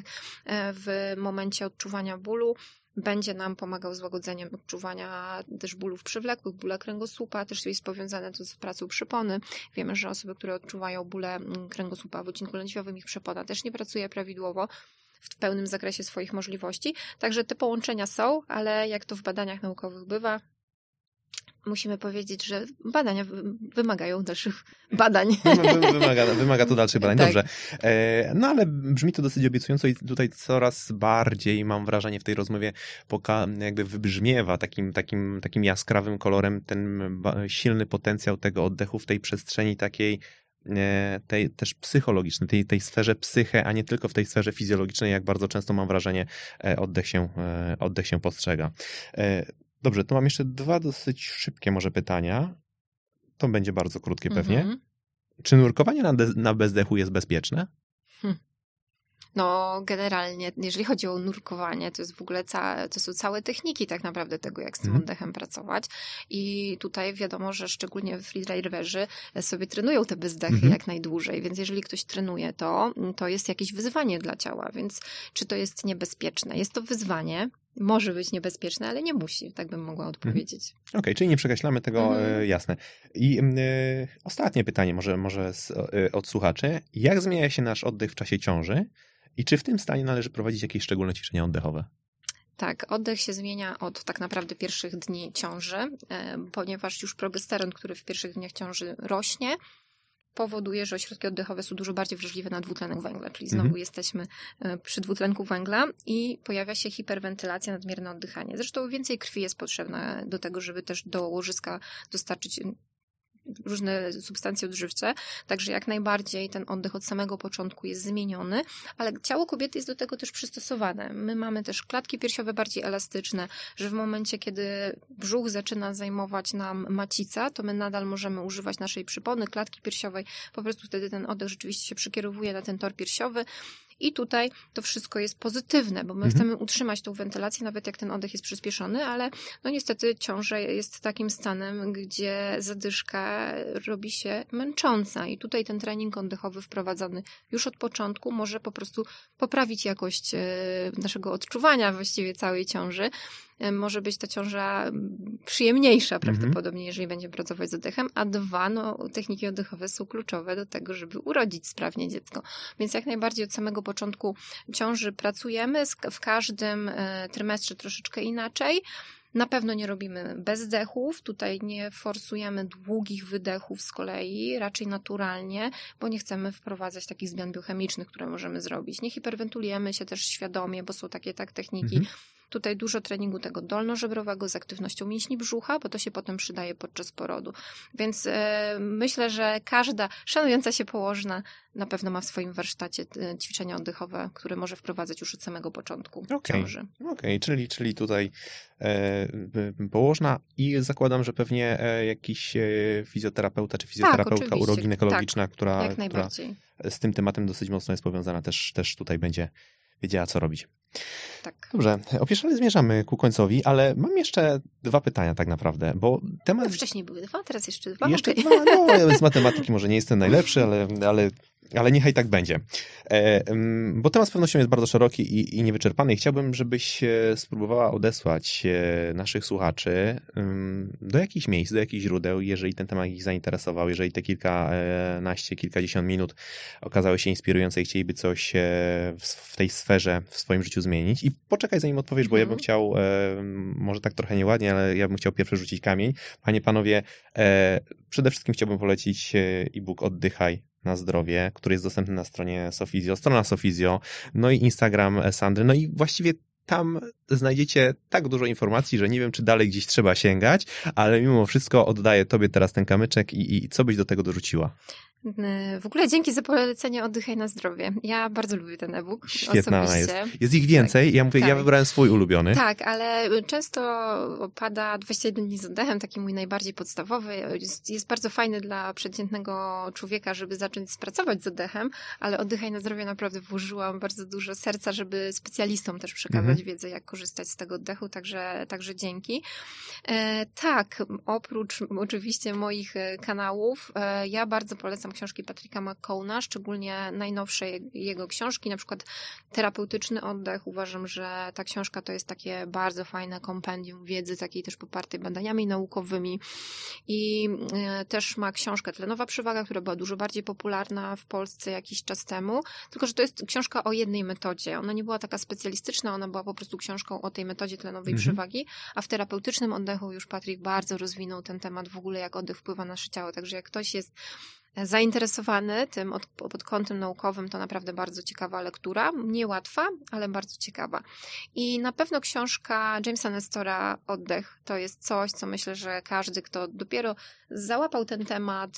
w momencie odczuwania bólu będzie nam pomagał z łagodzeniem odczuwania też bólów przewlekłych, bóle kręgosłupa, też jest powiązane to z pracą przepony. Wiemy, że osoby, które odczuwają bóle kręgosłupa w odcinku lędźwiowym, ich przepona też nie pracuje prawidłowo w pełnym zakresie swoich możliwości. Także te połączenia są, ale jak to w badaniach naukowych bywa, musimy powiedzieć, że badania wymagają dalszych badań. Wymaga, wymaga to dalszych badań, tak. Dobrze. No ale brzmi to dosyć obiecująco i tutaj coraz bardziej, mam wrażenie, w tej rozmowie poka- jakby wybrzmiewa takim, takim, takim jaskrawym kolorem ten silny potencjał tego oddechu w tej przestrzeni takiej tej też psychologicznej, tej, tej sferze psyche, a nie tylko w tej sferze fizjologicznej, jak bardzo często mam wrażenie oddech się, oddech się postrzega. Dobrze, to mam jeszcze dwa dosyć szybkie może pytania. To będzie bardzo krótkie pewnie. Mm-hmm. Czy nurkowanie na, de- na bezdechu jest bezpieczne? Hmm. No generalnie, jeżeli chodzi o nurkowanie, to jest w ogóle ca- to są całe techniki tak naprawdę tego, jak z tym mm. oddechem pracować. I tutaj wiadomo, że szczególnie freediverzy sobie trenują te bezdechy mm-hmm. jak najdłużej, więc jeżeli ktoś trenuje to, to jest jakieś wyzwanie dla ciała, więc czy to jest niebezpieczne? Jest to wyzwanie. może być niebezpieczne, ale nie musi, tak bym mogła odpowiedzieć. Okej, okay, czyli nie przekreślamy tego, mhm. e, jasne. I e, ostatnie pytanie może, może z, e, od słuchaczy. Jak zmienia się nasz oddech w czasie ciąży i czy w tym stanie należy prowadzić jakieś szczególne ćwiczenia oddechowe? Tak, oddech się zmienia od tak naprawdę pierwszych dni ciąży, e, ponieważ już progesteron, który w pierwszych dniach ciąży rośnie, powoduje, że ośrodki oddechowe są dużo bardziej wrażliwe na dwutlenek węgla, czyli znowu mhm. jesteśmy przy dwutlenku węgla i pojawia się hiperwentylacja, nadmierne oddychanie. Zresztą więcej krwi jest potrzebne do tego, żeby też do łożyska dostarczyć różne substancje odżywcze, także jak najbardziej ten oddech od samego początku jest zmieniony, ale ciało kobiety jest do tego też przystosowane. My mamy też klatki piersiowe bardziej elastyczne, że w momencie, kiedy brzuch zaczyna zajmować nam macica, to my nadal możemy używać naszej przypony, klatki piersiowej, po prostu wtedy ten oddech rzeczywiście się przekierowuje na ten tor piersiowy. I tutaj to wszystko jest pozytywne, bo my mhm. chcemy utrzymać tą wentylację, nawet jak ten oddech jest przyspieszony, ale no niestety ciąża jest takim stanem, gdzie zadyszka robi się męcząca i tutaj ten trening oddechowy wprowadzany już od początku może po prostu poprawić jakość naszego odczuwania właściwie całej ciąży. Może być ta ciąża przyjemniejsza prawdopodobnie, mm-hmm. jeżeli będziemy pracować z oddechem, a dwa, no, techniki oddechowe są kluczowe do tego, żeby urodzić sprawnie dziecko. Więc jak najbardziej od samego początku ciąży pracujemy, w każdym trymestrze troszeczkę inaczej. Na pewno nie robimy bezdechów, tutaj nie forsujemy długich wydechów z kolei, raczej naturalnie, bo nie chcemy wprowadzać takich zmian biochemicznych, które możemy zrobić. Nie hiperwentulujemy się też świadomie, bo są takie tak techniki. Mhm. Tutaj dużo treningu tego dolnożebrowego z aktywnością mięśni brzucha, bo to się potem przydaje podczas porodu. Więc e, myślę, że każda szanująca się położna na pewno ma w swoim warsztacie ćwiczenia oddechowe, które może wprowadzać już od samego początku okay. ciąży. Okej, okay. czyli, czyli tutaj e, położna i zakładam, że pewnie e, jakiś e, fizjoterapeuta czy fizjoterapeutka tak, uroginekologiczna, tak, która, która z tym tematem dosyć mocno jest powiązana, też, też tutaj będzie wiedziała, co robić. Tak. Dobrze, opieszale zmierzamy ku końcowi, ale mam jeszcze dwa pytania tak naprawdę, bo temat... No wcześniej były dwa, teraz jeszcze dwa. Jeszcze okay. dwa, no z matematyki może nie jestem najlepszy, ale, ale, ale niechaj tak będzie. E, bo temat z pewnością jest bardzo szeroki i, i niewyczerpany i chciałbym, żebyś spróbowała odesłać naszych słuchaczy do jakichś miejsc, do jakichś źródeł, jeżeli ten temat ich zainteresował, jeżeli te kilkanaście, kilkadziesiąt minut okazały się inspirujące i chcieliby coś w tej sferze w swoim życiu zmienić. I poczekaj, zanim odpowiesz, bo mm. ja bym chciał, e, może tak trochę nieładnie, ale ja bym chciał pierwszy rzucić kamień. Panie, panowie, e, przede wszystkim chciałbym polecić e-book Oddychaj na zdrowie, który jest dostępny na stronie Sofizio, strona Sofizio, no i Instagram Sandry, no i właściwie tam znajdziecie tak dużo informacji, że nie wiem, czy dalej gdzieś trzeba sięgać, ale mimo wszystko oddaję tobie teraz ten kamyczek i, i co byś do tego dorzuciła? W ogóle dzięki za polecenie Oddychaj na zdrowie. Ja bardzo lubię ten e-book. Świetna osobiście. Jest. Jest ich więcej. Tak, ja mówię, tak. ja wybrałem swój ulubiony. Tak, ale często pada dwadzieścia jeden dni z oddechem, taki mój najbardziej podstawowy. Jest, jest bardzo fajny dla przeciętnego człowieka, żeby zacząć pracować z oddechem, ale Oddychaj na zdrowie naprawdę włożyłam bardzo dużo serca, żeby specjalistom też przekazać mhm. wiedzę, jak korzystać z tego oddechu, także, także dzięki. E, tak, oprócz oczywiście moich kanałów, e, ja bardzo polecam książki Patricka McCowna, szczególnie najnowsze jego książki, na przykład Terapeutyczny oddech. Uważam, że ta książka to jest takie bardzo fajne kompendium wiedzy, takiej też popartej badaniami naukowymi. I też ma książkę Tlenowa przewaga, która była dużo bardziej popularna w Polsce jakiś czas temu, tylko że to jest książka o jednej metodzie. Ona nie była taka specjalistyczna, ona była po prostu książką o tej metodzie tlenowej mhm. przewagi, a w terapeutycznym oddechu już Patrick bardzo rozwinął ten temat w ogóle, jak oddech wpływa na nasze ciało. Także jak ktoś jest zainteresowany tym od, pod kątem naukowym, to naprawdę bardzo ciekawa lektura. Niełatwa, ale bardzo ciekawa. I na pewno książka Jamesa Nestora Oddech to jest coś, co myślę, że każdy, kto dopiero załapał ten temat,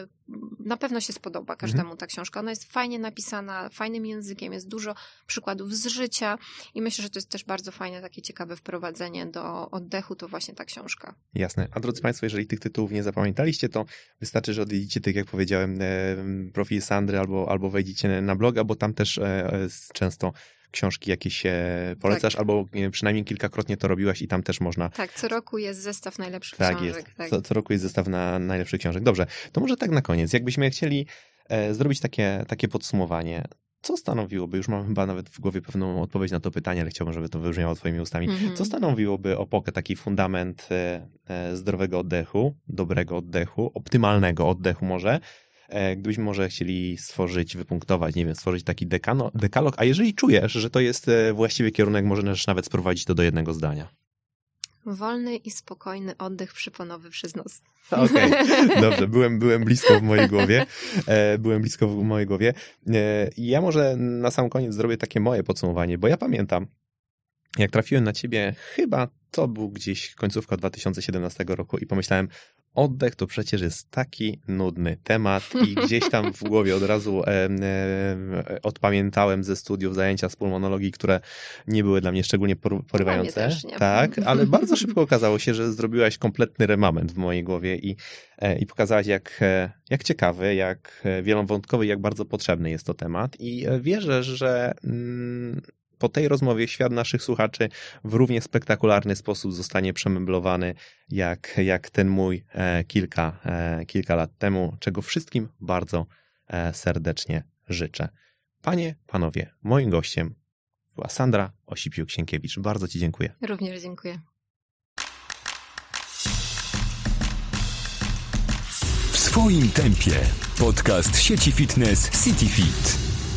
na pewno się spodoba każdemu mhm. ta książka. Ona jest fajnie napisana, fajnym językiem, jest dużo przykładów z życia i myślę, że to jest też bardzo fajne, takie ciekawe wprowadzenie do oddechu, to właśnie ta książka. Jasne. A drodzy Państwo, jeżeli tych tytułów nie zapamiętaliście, to wystarczy, że odwiedzicie, tak jak powiedziałem, profil Sandry albo, albo wejdziecie na bloga, bo tam też często książki jakieś polecasz, tak. albo przynajmniej kilkakrotnie to robiłaś i tam też można... Tak, co roku jest zestaw najlepszych tak książek. Jest. Tak, co, co roku jest zestaw na najlepszych książek. Dobrze, to może tak na koniec. Jakbyśmy chcieli e, zrobić takie, takie podsumowanie. co stanowiłoby, już mam chyba nawet w głowie pewną odpowiedź na to pytanie, ale chciałbym, żeby to wybrzmiało twoimi ustami, mm-hmm. co stanowiłoby opokę, taki fundament e, e, zdrowego oddechu, dobrego oddechu, optymalnego oddechu może, e, gdybyśmy może chcieli stworzyć, wypunktować, nie wiem, stworzyć taki dekano, dekalog, a jeżeli czujesz, że to jest e, właściwy kierunek, możesz nawet sprowadzić to do jednego zdania. Wolny i spokojny oddech przyponowy przez nos. Okej, okay. Dobrze, byłem, byłem blisko w mojej głowie. E, byłem blisko w mojej głowie. E, ja może na sam koniec zrobię takie moje podsumowanie, bo ja pamiętam, jak trafiłem na ciebie, chyba to był gdzieś końcówka dwa tysiące siedemnastego roku i pomyślałem, oddech to przecież jest taki nudny temat i gdzieś tam w głowie od razu e, e, odpamiętałem ze studiów zajęcia z pulmonologii, które nie były dla mnie szczególnie porywające. Też nie. Tak, ale bardzo szybko okazało się, że zrobiłaś kompletny remament w mojej głowie i, e, i pokazałaś, jak, jak ciekawy, jak wielowątkowy, jak bardzo potrzebny jest to temat i wierzę, że mm, po tej rozmowie świat naszych słuchaczy w równie spektakularny sposób zostanie przemeblowany jak, jak ten mój e, kilka, e, kilka lat temu, czego wszystkim bardzo e, serdecznie życzę. Panie, panowie, moim gościem była Sandra Osipiuk-Sienkiewicz. Bardzo ci dziękuję. Również dziękuję. W swoim tempie. Podcast sieci fitness CityFit.